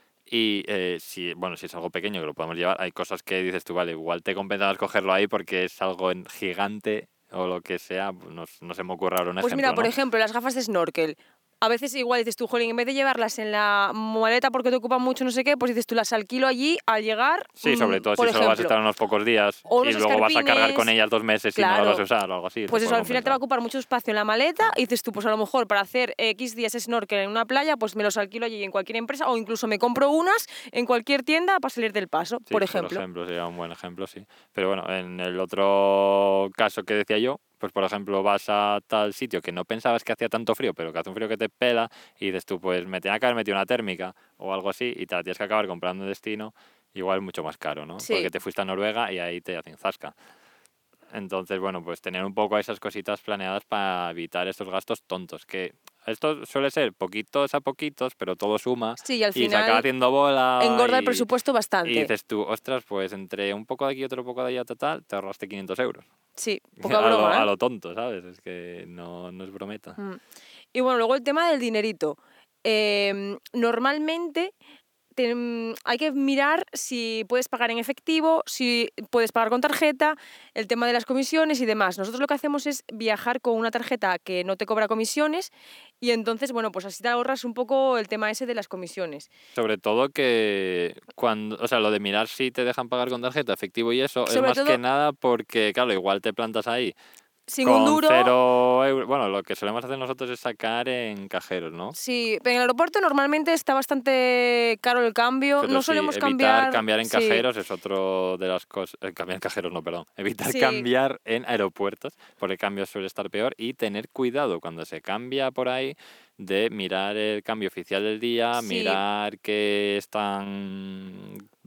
Y eh, si, bueno, si es algo pequeño que lo podemos llevar, hay cosas que dices tú, vale, igual te compensa cogerlo ahí porque es algo en- gigante o lo que sea, no, no se me ocurre ahora un Pues ejemplo, mira, por ¿no? ejemplo, las gafas de snorkel. A veces igual dices tú, jolín, en vez de llevarlas en la maleta porque te ocupan mucho, no sé qué, pues dices tú, las alquilo allí al llegar. Sí, sobre mm, todo por si solo vas a ejemplo, estar unos pocos días o y unos luego vas a cargar con escarpines, ellas dos meses y no claro. las vas a usar o algo así. te Pues eso, puede al final te va a compensar. ocupar mucho espacio en la maleta y dices tú, pues a lo mejor para hacer X días snorkel en una playa, pues me los alquilo allí en cualquier empresa o incluso me compro unas en cualquier tienda para salir del paso, Sí, por ejemplo. Por ejemplo, sería un buen ejemplo, sí. Pero bueno, en el otro caso que decía yo, pues por ejemplo vas a tal sitio que no pensabas que hacía tanto frío, pero que hace un frío que te pela y dices tú, pues me tenía que haber metido una térmica o algo así y te la tienes que acabar comprando en destino, igual mucho más caro, ¿no? Sí. Porque te fuiste a Noruega y ahí te hacen zasca. Entonces, bueno, pues tener un poco esas cositas planeadas para evitar estos gastos tontos, que esto suele ser poquitos a poquitos, pero todo suma Sí, y al y se final acaba haciendo bola. engorda el y- presupuesto bastante. Y dices tú, ostras, pues entre un poco de aquí y otro poco de allá, total, te ahorraste quinientos euros. Sí, poca a, lo, broma, ¿eh? a lo tonto, ¿sabes? Es que no, no es brometa. Mm. Y bueno, luego el tema del dinerito. Em, normalmente te- mm, hay que mirar si puedes pagar en efectivo, si puedes pagar con tarjeta, el tema de las comisiones y demás. Nosotros lo que hacemos es viajar con una tarjeta que no te cobra comisiones y entonces, bueno, pues así te ahorras un poco el tema ese de las comisiones. Sobre todo que cuando, o sea, lo de mirar si te dejan pagar con tarjeta, efectivo y eso, es Sobre más todo- que nada porque, claro, igual te plantas ahí Sin con un duro... cero euros. Bueno, lo que solemos hacer nosotros es sacar en cajeros, ¿no? Sí, pero en el aeropuerto normalmente está bastante caro el cambio, Pero no sí, solemos evitar cambiar... cambiar en sí. cajeros es otro de las cosas. eh, cambiar en cajeros, no, perdón. Evitar Sí. cambiar en aeropuertos, porque el cambio suele estar peor. Y tener cuidado cuando se cambia por ahí de mirar el cambio oficial del día, Sí. mirar que están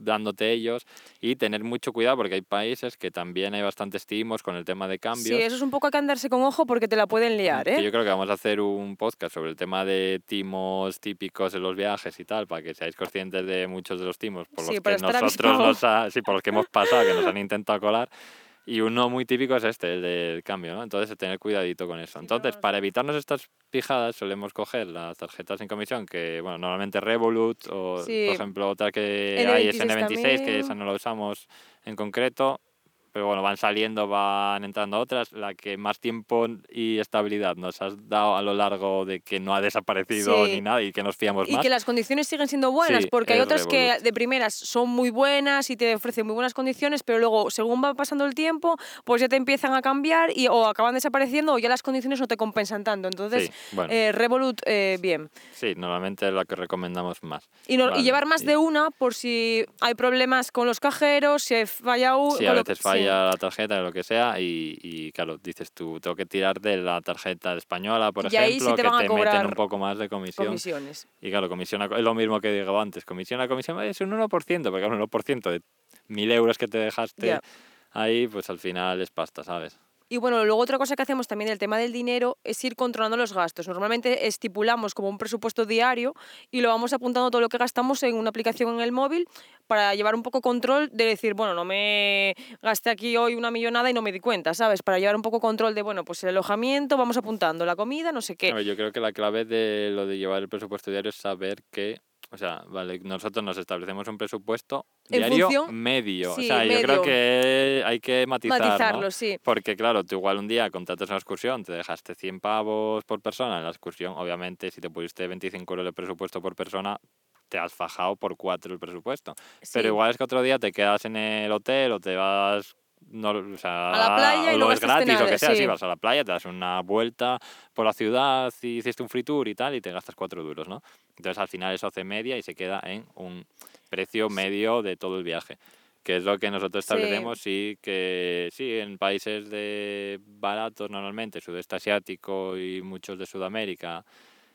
dándote ellos y tener mucho cuidado porque hay países que también hay bastantes timos con el tema de cambios. Sí, eso es un poco hay que andarse con ojo porque te la pueden liar, ¿eh? Que yo creo que vamos a hacer un podcast sobre el tema de timos típicos en los viajes y tal, para que seáis conscientes de muchos de los timos por Sí, los para que estar nosotros avispado. nos ha- sí, por los que hemos pasado, que nos han intentado colar. Y uno muy típico es este, el del cambio, ¿no? Entonces, tener cuidadito con eso. Sí, Entonces, no, para sí. evitarnos estas pijadas, solemos coger las tarjetas sin comisión, que, bueno, normalmente Revolut o, Sí. por ejemplo, otra que hay es N veintiséis N veintiséis, que también. esa no la usamos en concreto. Pero bueno, van saliendo, van entrando otras. La que más tiempo y estabilidad nos has dado a lo largo de que no ha desaparecido Sí. ni nada y que nos fiamos Y más. que las condiciones siguen siendo buenas, Sí, porque hay es otras que Revolut. de primeras son muy buenas y te ofrecen muy buenas condiciones, pero luego, según va pasando el tiempo, pues ya te empiezan a cambiar y o acaban desapareciendo o ya las condiciones no te compensan tanto. Entonces, Sí, bueno. eh, Revolut, eh, bien. Sí, normalmente es la que recomendamos más. Y, no- y Vale, llevar más y- de una por si hay problemas con los cajeros, si falla uno... Sí, a veces falla la tarjeta o lo que sea y, y, claro, dices tú, tengo que tirar de la tarjeta española, por Y ahí sí ejemplo, te que van a te meten cobrar un poco más de comisión. comisiones. Y claro, comisión a- es lo mismo que digo antes, comisión a comisión es un uno por ciento, porque claro, un uno por ciento de mil euros que te dejaste Ya. ahí, pues al final es pasta, ¿sabes? Y bueno, luego otra cosa que hacemos también del tema del dinero es ir controlando los gastos. Normalmente estipulamos como un presupuesto diario y lo vamos apuntando todo lo que gastamos en una aplicación en el móvil para llevar un poco control de decir, bueno, no me gasté aquí hoy una millonada y no me di cuenta, ¿sabes? Para llevar un poco control de, bueno, pues el alojamiento, vamos apuntando la comida, no sé A qué. ver, yo creo que la clave de lo de llevar el presupuesto diario es saber que, o sea, vale, nosotros nos establecemos un presupuesto En diario función- medio. sí, o sea, yo medio. creo que hay que matizar, Matizarlo, ¿no? sí. Porque claro, tú igual un día contratas una excursión, te dejaste cien pavos por persona en la excursión, obviamente si te pusiste veinticinco euros de presupuesto por persona, te has fajado por cuatro el presupuesto. Pero Sí. igual es que otro día te quedas en el hotel o te vas... No, o sea, A la playa y o no lo es gastaste gratis o nada, que sea, sí. sí, vas a la playa, te das una vuelta por la ciudad y hiciste un free tour y tal y te gastas cuatro duros, ¿no? Entonces al final eso hace media y se queda en un precio medio de todo el viaje, que es lo que nosotros Sí. establecemos y que sí, en países de baratos normalmente, sudeste asiático y muchos de Sudamérica,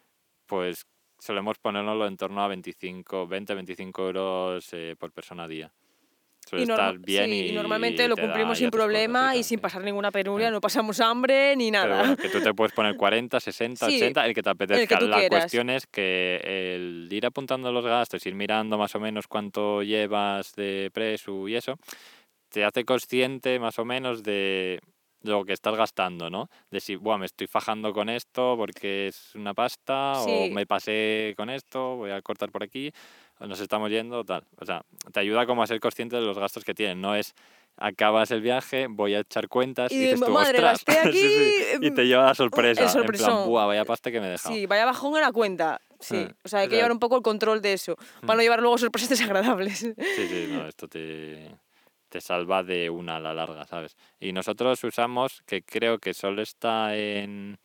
pues solemos ponernoslo en torno a veinticinco, veinte, veinticinco euros eh, por persona a día. Suele Y, norma- estar bien sí, y, y normalmente lo te da cumplimos ya sin tus cosas problema y, tal, sin sí. pasar ninguna penuria, Eh. no pasamos hambre ni nada. Pero bueno, que tú te puedes poner cuarenta, sesenta, Sí, ochenta, el que te apetezca. el que tú La quieras. cuestión es que el ir apuntando los gastos, ir mirando más o menos cuánto llevas de presu y eso, te hace consciente más o menos de lo que estás gastando, ¿no? De si, buah, me estoy fajando con esto porque es una pasta, o Sí. me pasé con esto, voy a cortar por aquí, o nos estamos yendo, tal. O sea, te ayuda como a ser consciente de los gastos que tienes. No es acabas el viaje, voy a echar cuentas y, Y dices tú, madre, ostras, gasté aquí, sí, sí, y te lleva la sorpresa, el en plan, sorpresón. buah, vaya pasta que me he dejado. Sí, vaya bajón en la cuenta. Sí, Eh, o sea, hay o que sea, llevar un poco el control de eso, para no llevar luego sorpresas desagradables. Sí, sí, no, esto te, te salva de una a la larga, ¿sabes? Y nosotros usamos, que creo que solo está en,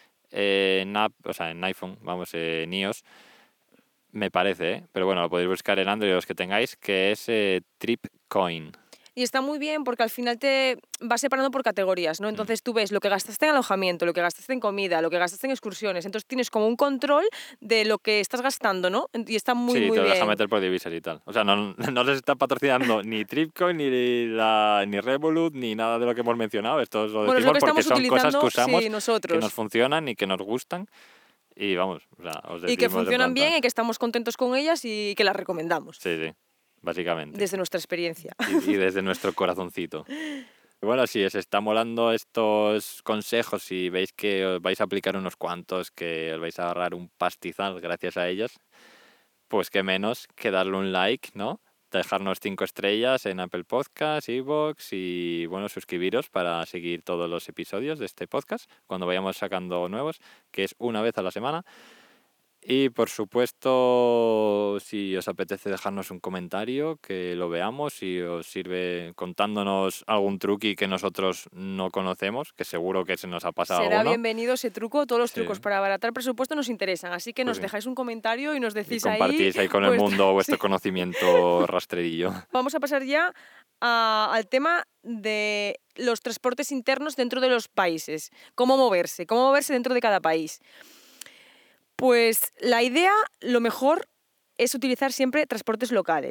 en app, o sea, en iPhone, vamos, en iOS, me parece, ¿eh? Pero bueno, lo podéis buscar en Android los que tengáis, que es eh, Tripcoin. Y está muy bien porque al final te vas separando por categorías, ¿no? Entonces tú ves lo que gastaste en alojamiento, lo que gastaste en comida, lo que gastaste en excursiones. Entonces tienes como un control de lo que estás gastando, ¿no? Y está muy, sí, muy te lo bien. deja meter por divisas y tal. O sea, no, no les está patrocinando ni Tripcoin, ni, la, ni Revolut, ni nada de lo que hemos mencionado. Esto os lo Bueno, es lo decimos que porque estamos son cosas que utilizando, usamos, sí, nosotros. que nos funcionan y que nos gustan. Y vamos, o sea, os decimos Y que en funcionan plan bien tal. y que estamos contentos con ellas y que las recomendamos. Sí, sí, básicamente. Desde nuestra experiencia. Y, y desde nuestro corazoncito. Bueno, si os está molando estos consejos y veis que os vais a aplicar unos cuantos, que os vais a agarrar un pastizal gracias a ellos, pues qué menos que darle un like, ¿no? Dejarnos cinco estrellas en Apple Podcasts, iVoox y, bueno, suscribiros para seguir todos los episodios de este podcast cuando vayamos sacando nuevos, que es una vez a la semana. Y por supuesto, si os apetece dejarnos un comentario, que lo veamos, si os sirve contándonos algún truqui que nosotros no conocemos, que seguro que se nos ha pasado Será alguno. bienvenido ese truco, todos los Sí. trucos para abaratar presupuesto nos interesan, así que Pues nos sí. dejáis un comentario y nos Y decís compartís ahí con el vuestra- mundo vuestro Sí. conocimiento rastrerillo. Vamos a pasar ya a- al tema de los transportes internos dentro de los países, cómo moverse, cómo moverse dentro de cada país. Pues la idea, lo mejor, es utilizar siempre transportes locales.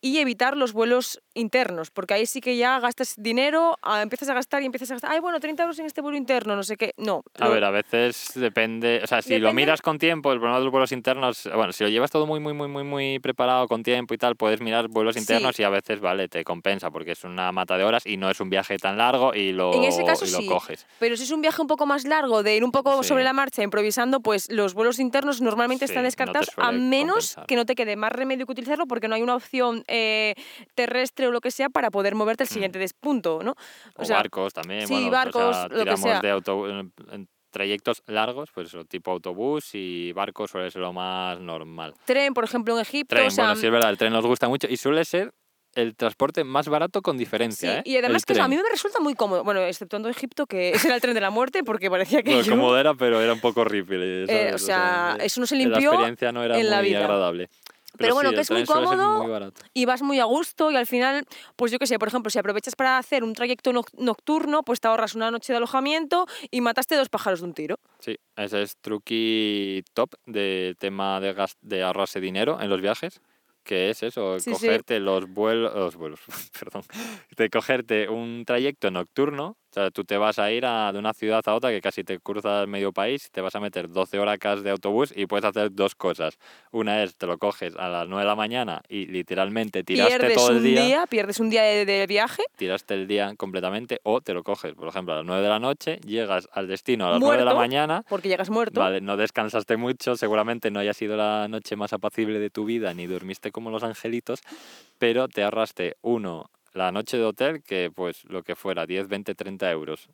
y evitar los vuelos internos, porque ahí sí que ya gastas dinero, ah, empiezas a gastar y empiezas a gastar, ay, bueno, treinta euros en este vuelo interno, no sé qué. No. A lo- ver, a veces depende, o sea, si lo Depende- miras con tiempo, el problema de los vuelos internos, bueno, si lo llevas todo muy, muy, muy, muy, muy preparado con tiempo y tal, puedes mirar vuelos Sí. internos y a veces, vale, te compensa porque es una mata de horas y no es un viaje tan largo y lo, En ese caso y lo sí, coges. pero si es un viaje un poco más largo, de ir un poco Sí. sobre la marcha, improvisando, pues los vuelos internos normalmente Sí, están no te descartados, a suele menos compensar. que no te quede más remedio que utilizarlo porque no hay una opción eh, terrestre o lo que sea para poder moverte al Hmm. siguiente des- punto, ¿no? O sea, barcos también, sí, bueno, o barcos, sea, lo que tiramos sea. de autobús, en, en trayectos largos, pues eso, tipo autobús y barco suele ser lo más normal. Tren, por ejemplo, en Egipto, o Tren, sea, bueno, sí es verdad, el tren nos gusta mucho y suele ser el transporte más barato con diferencia, sí, ¿eh? y además El que eso a tren. mí me resulta muy cómodo, bueno, exceptuando Egipto, que ese era el tren de la muerte, porque parecía que Bueno, yo... cómodo era, pero era un poco horrible, eh, ¿sabes? o sea, eh, eso no se la limpió experiencia no era en la muy vida. agradable. Pero Pero sí, bueno, que el es muy tren suele ser muy cómodo barato. y vas muy a gusto y al final, pues yo qué sé, por ejemplo, si aprovechas para hacer un trayecto noc- nocturno, pues te ahorras una noche de alojamiento y mataste dos pájaros de un tiro. Sí, ese es truqui top de tema de, gas- de ahorrarse dinero en los viajes, que es eso, Sí, sí. cogerte los vuelos, los vuelos, perdón, de cogerte un trayecto nocturno. O sea, tú te vas a ir a, de una ciudad a otra que casi te cruzas medio país, te vas a meter doce horacas de autobús y puedes hacer dos cosas. Una es, te lo coges a las nueve de la mañana y literalmente tiraste Pierdes todo el un día, día, pierdes un día de, de viaje, tiraste el día completamente, o te lo coges, por ejemplo, a las nueve de la noche, llegas al destino a las nueve de la muerto, mañana. porque llegas muerto. Vale, no descansaste mucho, seguramente no haya sido la noche más apacible de tu vida, ni dormiste como los angelitos, pero te ahorraste, uno, la noche de hotel, que pues lo que fuera, diez, veinte, treinta euros,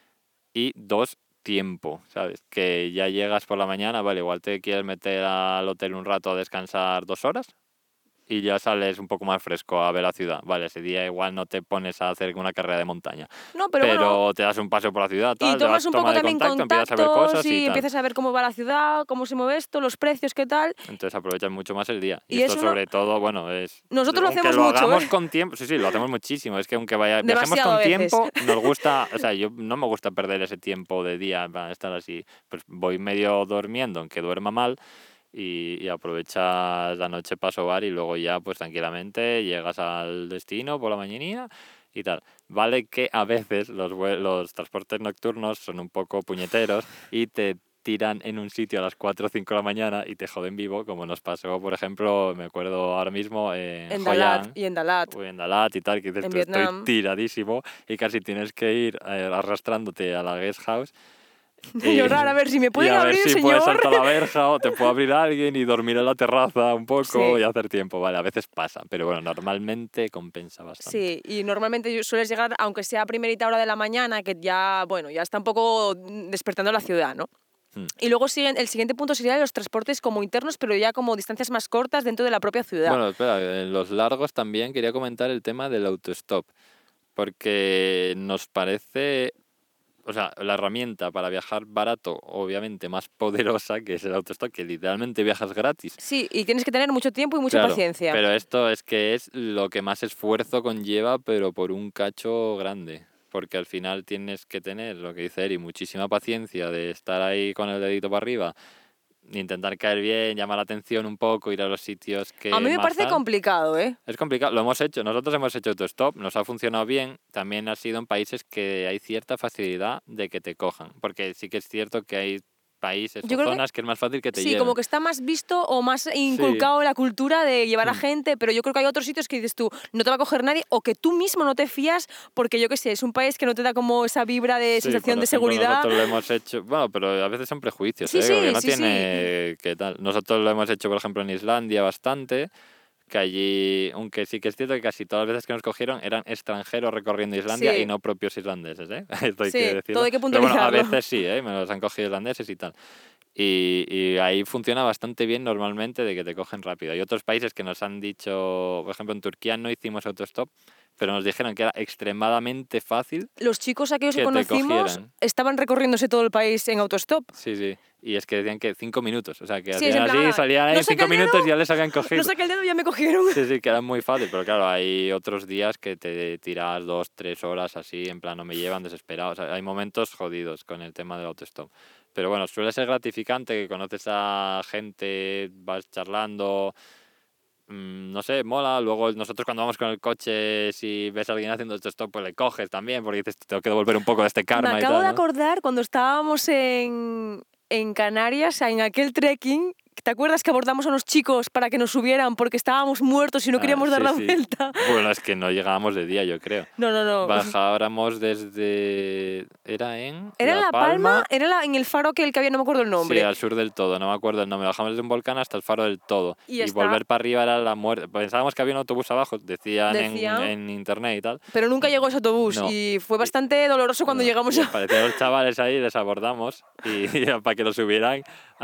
y dos, tiempo, ¿sabes? Que ya llegas por la mañana, vale, igual te quieres meter al hotel un rato a descansar dos horas, y ya sales un poco más fresco a ver la ciudad. Vale, ese día igual no te pones a hacer una carrera de montaña, No, pero, pero bueno, te das un paseo por la ciudad, y tal, te vas tomas un toma poco de también contacto, empiezas a ver contactos cosas y y tal. empiezas a ver cómo va la ciudad, cómo se mueve esto, los precios, qué tal. Entonces aprovechas mucho más el día. Y, Y esto es uno- sobre todo, bueno, es... Nosotros lo aunque hacemos lo mucho, hagamos ¿eh? con tiempo, sí, sí, lo hacemos muchísimo. Es que aunque vaya, viajemos Demasiado con a veces. tiempo, nos gusta, o sea, yo no me gusta perder ese tiempo de día para estar así. Pues voy medio durmiendo, aunque duerma mal, y, y aprovechas la noche para sobar y luego ya, pues tranquilamente, llegas al destino por la mañanía y tal. Vale que a veces los, vue- los transportes nocturnos son un poco puñeteros y te tiran en un sitio a las cuatro o cinco de la mañana y te joden vivo, como nos pasó, por ejemplo, me acuerdo ahora mismo en En Hoi Dalat An y en Dalat, o en Dalat y tal, que dices en tú, estoy Vietnam. tiradísimo y casi tienes que ir eh, arrastrándote a la guest house y, Llorar, a ver si me y pueden a ver abrir, si puedes señor. saltar la verja o te puede abrir alguien y dormir en la terraza un poco Sí. y hacer tiempo. Vale, a veces pasa, pero bueno, normalmente compensa bastante. Sí, y normalmente yo- sueles llegar, aunque sea a primerita hora de la mañana, que ya, bueno, ya está un poco mm, despertando la ciudad, ¿no? Hmm. Y luego siguen, el siguiente punto sería los transportes como internos, pero ya como distancias más cortas dentro de la propia ciudad. Bueno, espera, en los largos también quería comentar el tema del autostop, porque nos parece, o sea, la herramienta para viajar barato, obviamente más poderosa, que es el autostop, que literalmente viajas gratis. Sí, y tienes que tener mucho tiempo y mucha Claro, paciencia. pero esto es que es lo que más esfuerzo conlleva, pero por un cacho grande. Porque al final tienes que tener, lo que dice Eri, muchísima paciencia de estar ahí con el dedito para arriba, intentar caer bien, llamar la atención un poco, ir a los sitios que A mí me más parece tal. complicado, ¿eh? Es complicado, lo hemos hecho, nosotros hemos hecho autostop, nos ha funcionado bien, también ha sido en países que hay cierta facilidad de que te cojan, porque sí que es cierto que hay países Yo o creo que zonas que es más fácil que te sí, lleven. como que está más visto o más inculcado la cultura de llevar a Hmm. gente, pero yo creo que hay otros sitios que dices tú, no te va a coger nadie o que tú mismo no te fías porque yo qué sé, es un país que no te da como esa vibra de Sí, sensación por de ejemplo, seguridad. nosotros lo hemos hecho, bueno, pero a veces son prejuicios, Sí, ¿eh? sí, Porque no sí, sí. tiene que tal. Nosotros lo hemos hecho, por ejemplo, en Islandia bastante, que allí, aunque sí que es cierto que casi todas las veces que nos cogieron eran extranjeros recorriendo Islandia Sí. y no propios islandeses, ¿eh? Esto hay Sí, que todo decirlo. hay que Pero bueno, a puntualizarlo. veces sí, ¿eh? Me los han cogido islandeses y tal. Y, y ahí funciona bastante bien normalmente de que te cogen rápido. Hay otros países que nos han dicho, por ejemplo, en Turquía no hicimos autostop, pero nos dijeron que era extremadamente fácil Los chicos aquellos que, que te conocimos cogieran. estaban recorriéndose todo el país en autostop. Sí, sí. Y es que decían que cinco minutos. O sea, que Sí, es en hacían plan, así, "Ala, salían ahí no en saqué cinco el dedo, minutos y ya les habían cogido. No saqué el dedo y ya me cogieron. Sí, sí, que era muy fácil. Pero claro, hay otros días que te tiras dos, tres horas así, en plan, no me llevan desesperados. O sea, hay momentos jodidos con el tema del autostop. Pero bueno, suele ser gratificante que conoces a gente, vas charlando. mmm, no sé, mola. Luego nosotros cuando vamos con el coche, si ves a alguien haciendo autostop, pues le coges también, porque dices, tengo que devolver un poco de este karma Me y acabo tal, de ¿no? acordar cuando estábamos en, en Canarias, en aquel trekking. ¿Te acuerdas que abordamos a unos chicos para que nos subieran porque estábamos muertos y no Ah, queríamos dar sí, la sí. vuelta? Bueno, es que no llegábamos de día, yo creo. No, no, no. Bajábamos desde... ¿Era en ¿Era en La La Palma? Palma? ¿Era la- en el faro que el que había? No me acuerdo el Sí, nombre. al sur del todo, no me acuerdo el nombre. Bajamos desde un volcán hasta el faro del todo. Y Y, está- volver para arriba era la muerte. Pensábamos que había un autobús abajo, decían, en- Decían. En, internet y tal. Pero nunca llegó ese autobús No. y fue bastante doloroso cuando No, llegamos y a... aparecieron los chavales ahí, les abordamos y, y para que lo subieran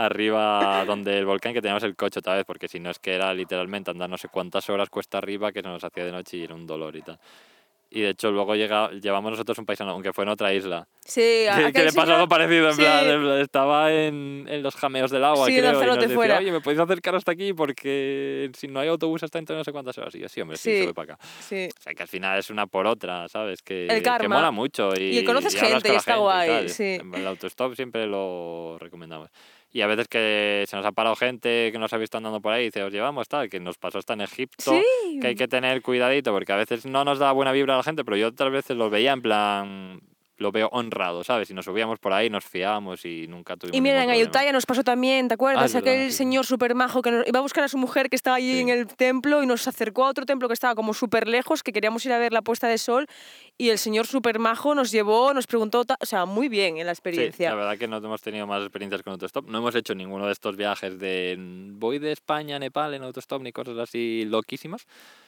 arriba donde el volcán, que teníamos el coche otra vez, porque si no es que era literalmente andar no sé cuántas horas cuesta arriba, que se nos hacía de noche y era un dolor y tal. Y de hecho luego llega, llevamos nosotros un paisano, aunque fue en otra isla, Sí, a- que, aquel que le pasó señor- algo parecido, en sí. plan, en plan, estaba en, en los jameos del agua, Sí, en creo, y Lanzarote nos decía, fuera. oye, ¿me podéis acercar hasta aquí? Porque si no hay autobús hasta dentro de no sé cuántas horas. Y yo, sí, hombre, sí, Sí. sube para acá. Sí. O sea, que al final es una por otra, ¿sabes? Que, El que karma. mola mucho. Y, Y conoces hablas gente con y la está gente guay, tal. sí. El autostop siempre lo recomendamos. Y a veces que se nos ha parado gente que nos ha visto andando por ahí y dice, os llevamos tal, que nos pasó hasta en Egipto, Sí. que hay que tener cuidadito, porque a veces no nos da buena vibra a la gente, pero yo otras veces los veía en plan, lo veo honrado, ¿sabes? Y nos subíamos por ahí, nos fiábamos y nunca tuvimos Y mira, en ningún problema. Ayutthaya nos pasó también, ¿te acuerdas? Ah, es verdad, Aquel sí, sí. señor súper majo que nos iba a buscar a su mujer que estaba allí Sí. en el templo y nos acercó a otro templo que estaba como súper lejos, que queríamos ir a ver la puesta de sol y el señor súper majo nos llevó, nos preguntó, ta- o sea, muy bien en la Sí, experiencia. la verdad que no hemos tenido más experiencias con autostop. No hemos hecho ninguno de estos viajes de mm, voy de España a Nepal en autostop ni cosas así loquísimas.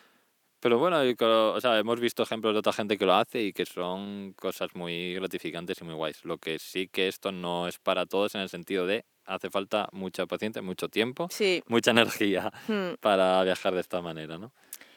Pero bueno, y co- o sea, hemos visto ejemplos de otra gente que lo hace y que son cosas muy gratificantes y muy guays. Lo que sí que esto no es para todos en el sentido de hace falta mucha paciencia, mucho tiempo, Sí. mucha energía Hmm. para viajar de esta manera, ¿no?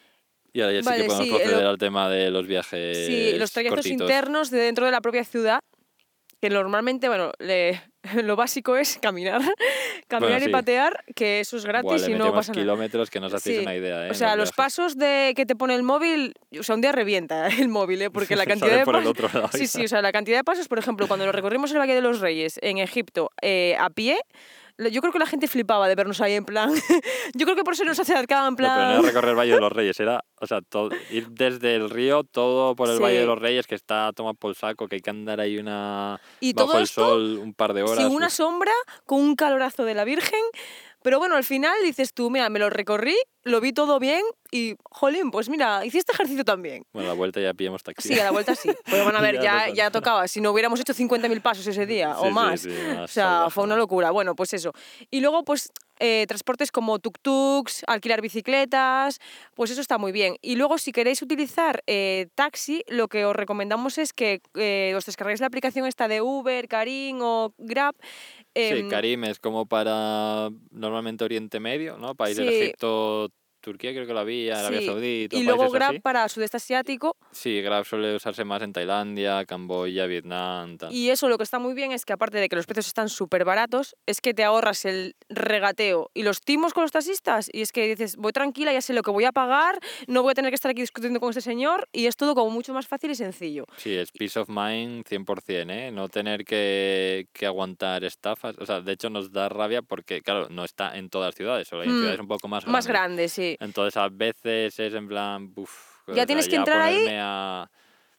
Y ahora ya sí Vale, que podemos sí, proceder lo- al tema de los viajes Sí, los trayectos cortitos. internos de dentro de la propia ciudad, que normalmente, bueno, le- lo básico es caminar, caminar Bueno, y sí. patear, que eso es Buah, gratis le y no metemos pasa nada. kilómetros que no os hacéis Sí, una idea, ¿eh? o en sea, los viajes. pasos de que te pone el móvil, o sea, un día revienta el móvil, ¿eh? Porque la cantidad Sale de por el pasos... otro lado. Sí, sí, o sea, la cantidad de pasos, por ejemplo, cuando lo recorrimos el Valle de los Reyes en Egipto eh, a pie, lo- yo creo que la gente flipaba de vernos ahí en plan... yo creo que por eso nos acercaba en No, pero no plan... era recorrer el Valle de los Reyes, era, o sea, todo, ir desde el río, todo por el Sí. Valle de los Reyes, que está tomado por el saco, que hay que andar ahí una Y bajo todo el esto sol un par de horas. sin una uf. sombra, con un calorazo de la Virgen. Pero bueno, al final dices tú, mira, me lo recorrí, lo vi todo bien y, jolín, pues mira, hiciste ejercicio también. Bueno, a la vuelta ya pillamos taxi. Sí, a la vuelta sí. Pero bueno, a ver, Ya ya, no ya tanto. tocaba. Si no hubiéramos hecho cincuenta mil pasos ese día Sí, o sí, más. sí, O más sea, salvaje, fue una más. locura. Bueno, pues eso. Y luego, pues, eh, transportes como tuk-tuks, alquilar bicicletas, pues eso está muy bien. Y luego, si queréis utilizar eh, taxi, lo que os recomendamos es que eh, os descarguéis la aplicación esta de Uber, Carin o Grab. Sí, em, Karim es como para normalmente Oriente Medio, ¿no? País del Sí. Egipto, Turquía creo que la había, Arabia Sí, Saudí, y luego Grab para sudeste asiático. Sí, Grab suele usarse más en Tailandia, Camboya, Vietnam, tal. Y eso lo que está muy bien es que aparte de que los precios están súper baratos, es que te ahorras el regateo y los timos con los taxistas. Y es que dices, voy tranquila, ya sé lo que voy a pagar, no voy a tener que estar aquí discutiendo con este señor y es todo como mucho más fácil y sencillo. Sí, es peace of mind cien por cien, ¿eh? No tener que, que aguantar estafas. O sea, de hecho nos da rabia porque, claro, no está en todas las ciudades, solo hay en Mm, ciudades un poco más grandes. Más grande, sí. Entonces a veces es en plan, uf, o Ya sea, tienes que ya entrar ahí. ponerme a,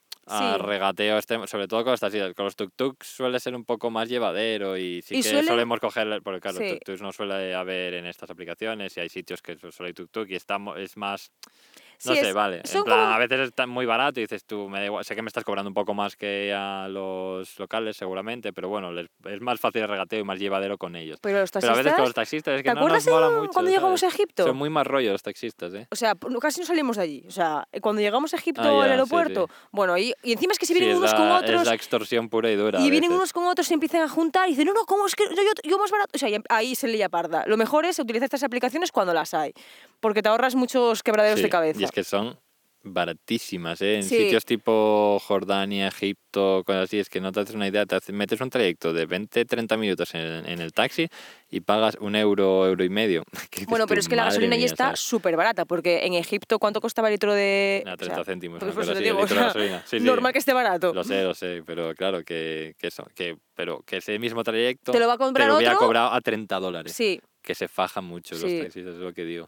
a Sí. regateo, este, sobre todo con los taxistas. Con los tuk-tuks suele ser un poco más llevadero y sí Y que suele- solemos coger, porque claro, Sí. tuk-tuks no suele haber en estas aplicaciones y hay sitios que solo hay tuk-tuk y está, mo- es más... No Sí, sé, es- vale. En son plan, como- a veces está muy barato y dices tú, me da igual, sé que me estás cobrando un poco más que a los locales seguramente, pero bueno, les- es más fácil el regateo y más llevadero con ellos. Pero los Pero a taxistas... veces con los taxistas es que ¿Te no nos acuerdas mola en- mucho. cuando llegamos ¿sabes? a Egipto? Son muy más rollo los taxistas, ¿eh? O sea, p- no- casi no salimos de allí. O sea, cuando llegamos a Egipto Ah, ya, al sí, aeropuerto, sí. bueno, y, y encima es que si Sí, vienen es unos la, con es otros... la extorsión pura y dura. a Y vienen veces. unos con otros y se empiezan a juntar y dicen, no, no, ¿cómo es que yo, yo, yo más barato? O sea, y em- ahí se leía parda. Lo mejor es utilizar estas aplicaciones cuando las hay, porque te ahorras muchos quebraderos Sí, de cabeza. Y es que son baratísimas, ¿eh? En Sí. sitios tipo Jordania, Egipto, cosas así, es que no te haces una idea, te haces- metes un trayecto de veinte treinta minutos en, en el taxi y pagas un euro, euro y medio. Que dices Bueno, pero tú, es que la madre gasolina allí mía, está ¿sabes? súper barata, porque en Egipto, ¿cuánto costaba el litro de...? Nada, o sea, treinta céntimos, pues una por eso cosa te así, el digo, o litro de sea, gasolina. Sí, sí, normal que esté barato. Lo sé, lo sé, pero claro que, que eso, que, pero que ese mismo trayecto ¿Te lo va a comprar te lo hubiera otro? cobrado a treinta dólares. Sí, Que se fajan mucho Sí. los taxistas, es lo que digo.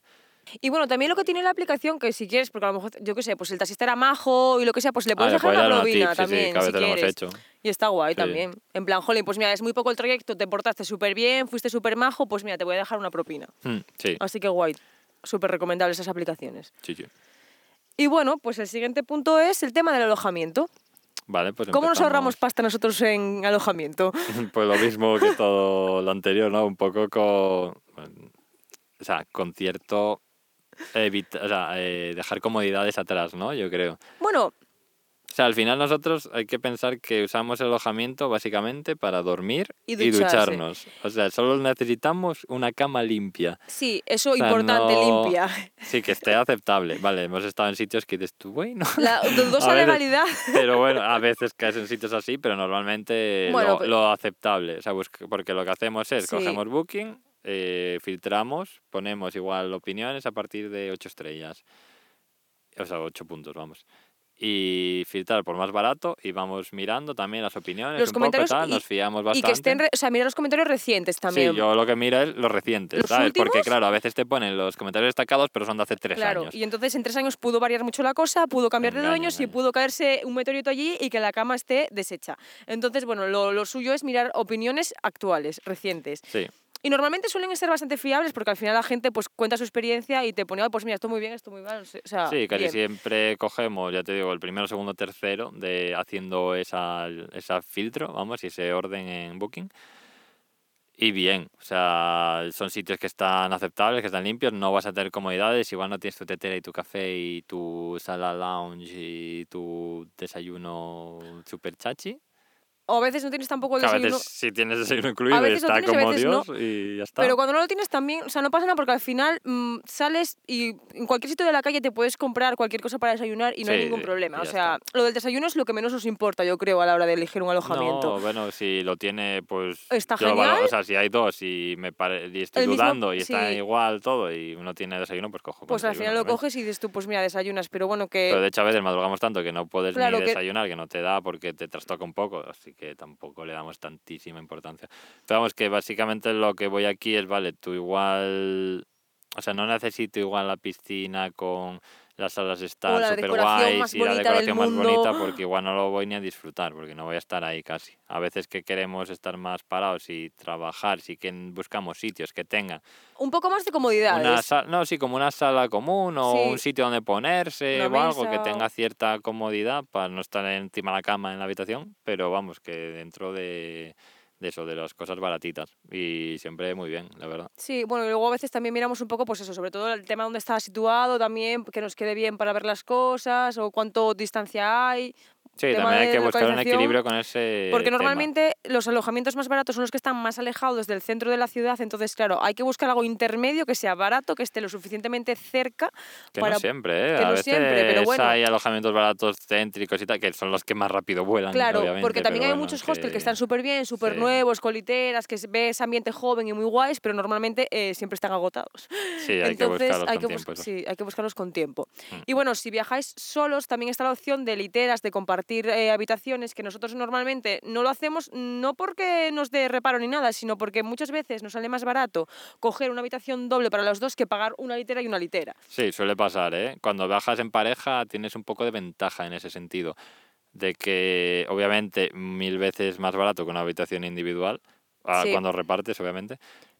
Y bueno, también lo que tiene la aplicación, que si quieres, porque a lo mejor, yo qué sé, pues el taxista era majo y lo que sea, pues le Ah, puedes le dejar puedes una dar una propina tip, sí, sí, también, que a si veces lo hemos quieres. hecho. Y está guay Sí. también. En plan, jolín, pues mira, es muy poco el trayecto, te portaste súper bien, fuiste súper majo, pues mira, te voy a dejar una propina. Mm, sí, Así que guay, súper recomendables esas aplicaciones. sí, sí. Y bueno, pues el siguiente punto es el tema del alojamiento. Vale, pues ¿Cómo nos ahorramos empezamos. pasta nosotros en alojamiento? Pues lo mismo que todo lo anterior, ¿no? Un poco con... bueno, o sea, con cierto... evita- o sea, eh, dejar comodidades atrás, ¿no? Yo creo. Bueno, O sea, al final nosotros hay que pensar que usamos el alojamiento básicamente para dormir y y ducharse. ducharnos. O sea, solo necesitamos una cama limpia. Sí, O eso sea, importante, no... limpia. Sí, que esté aceptable. Vale, hemos estado en sitios que dices tú, bueno... La a dudosa veces, legalidad. pero bueno, a veces caes en sitios así, pero normalmente Bueno, lo, pe- lo aceptable. O sea, busca- porque lo que hacemos es, sí. cogemos Booking, eh, filtramos, ponemos igual opiniones a partir de ocho estrellas. O sea, ocho puntos, vamos. Y filtrar por más barato y vamos mirando también las opiniones Los un poco y comentarios tal, y, nos fiamos y que estén, bastante. re- o sea, mira los comentarios recientes Sí, también. yo lo que miro es los recientes, Los ¿sabes? Porque últimos, claro, a veces te ponen los comentarios destacados, pero son de hace tres claro, años. y entonces en tres años pudo variar mucho la cosa, pudo cambiar de Engaño, dueños y engaño. pudo caerse un meteorito allí y que la cama esté deshecha. Entonces, bueno, lo, lo suyo es mirar opiniones actuales, recientes. Sí, Y normalmente suelen ser bastante fiables porque al final la gente pues cuenta su experiencia y te pone, "Ay, pues mira, esto muy bien, esto muy mal". O sea, sí, casi bien. siempre cogemos, ya te digo, el primero, segundo, tercero de haciendo esa, esa filtro, vamos, y ese orden en Booking. Y bien, o sea, son sitios que están aceptables, que están limpios, no vas a tener comodidades, igual no tienes tu tetera y tu café y tu sala lounge y tu desayuno super chachi. O a veces no tienes tampoco el Que a veces desayuno. sí tienes desayuno A incluido y veces lo está tienes y a como veces no. Dios y ya está. Pero cuando no lo tienes también, o sea, no pasa nada porque al final mmm, sales y en cualquier sitio de la calle te puedes comprar cualquier cosa para desayunar y no hay Sí, ningún sí, problema. y O ya sea, está. lo del desayuno es lo que menos os importa, yo creo, a la hora de elegir un alojamiento. No, bueno, si lo tiene, pues Está yo lo genial. valoro. O sea, si hay dos y me pare- y estoy El mismo, dudando y está sí, igual todo y uno tiene desayuno, pues cojo con pues al desayuno, final lo obviamente. coges y dices tú, pues mira, desayunas. Pero bueno, Pero que de hecho a veces madrugamos tanto que no puedes ni claro que desayunar, que no te da porque te trastoca un poco, así que tampoco le damos tantísima importancia. Pero vamos, que básicamente lo que voy aquí es, vale, tú igual, o sea, no necesito igual la piscina con las salas o estar la súper decoración guays más y la bonita del decoración más mundo. bonita porque igual no lo voy ni a disfrutar, porque no voy a estar ahí casi. A veces que queremos estar más parados y trabajar, sí que buscamos sitios que tengan Un poco más de una comodidades. sala, no, sí, como una sala común o un Sí, sitio donde ponerse una o algo que mesa. tenga cierta comodidad para no estar encima de la cama en la habitación, pero vamos, que dentro de, de eso, de las cosas baratitas. Y siempre muy bien, la verdad. Sí, bueno, y luego a veces también miramos un poco, pues eso, sobre todo el tema donde está situado también, que nos quede bien para ver las cosas o cuánto distancia hay, Sí, tema también hay de que buscar un localización. equilibrio con ese Porque tema. normalmente los alojamientos más baratos son los que están más alejados del centro de la ciudad, entonces, claro, hay que buscar algo intermedio que sea barato, que esté lo suficientemente cerca Que para... no siempre, ¿eh? Que A no siempre, pero veces bueno, hay alojamientos baratos céntricos y tal, que son los que más rápido vuelan, claro, porque obviamente, también pero hay bueno, muchos hostels que están que... súper bien, súper Sí, nuevos, con literas, que se- ves ambiente joven y muy guays, pero normalmente eh, siempre están agotados. sí, hay que Entonces buscarlos hay con que, bus- tiempo esos. sí, hay que buscarlos con tiempo. Mm. Y bueno, si viajáis solos, también está la opción de literas, de compartir eh, habitaciones, que nosotros normalmente no lo hacemos, no porque nos dé reparo ni nada, sino porque muchas veces nos sale más barato coger una habitación doble para los dos que pagar una litera y una litera. Sí, suele pasar, ¿eh? Cuando viajas en pareja tienes un poco de ventaja en ese sentido, de que obviamente mil veces más barato que una habitación individual, ah, Sí, cuando repartes, obviamente,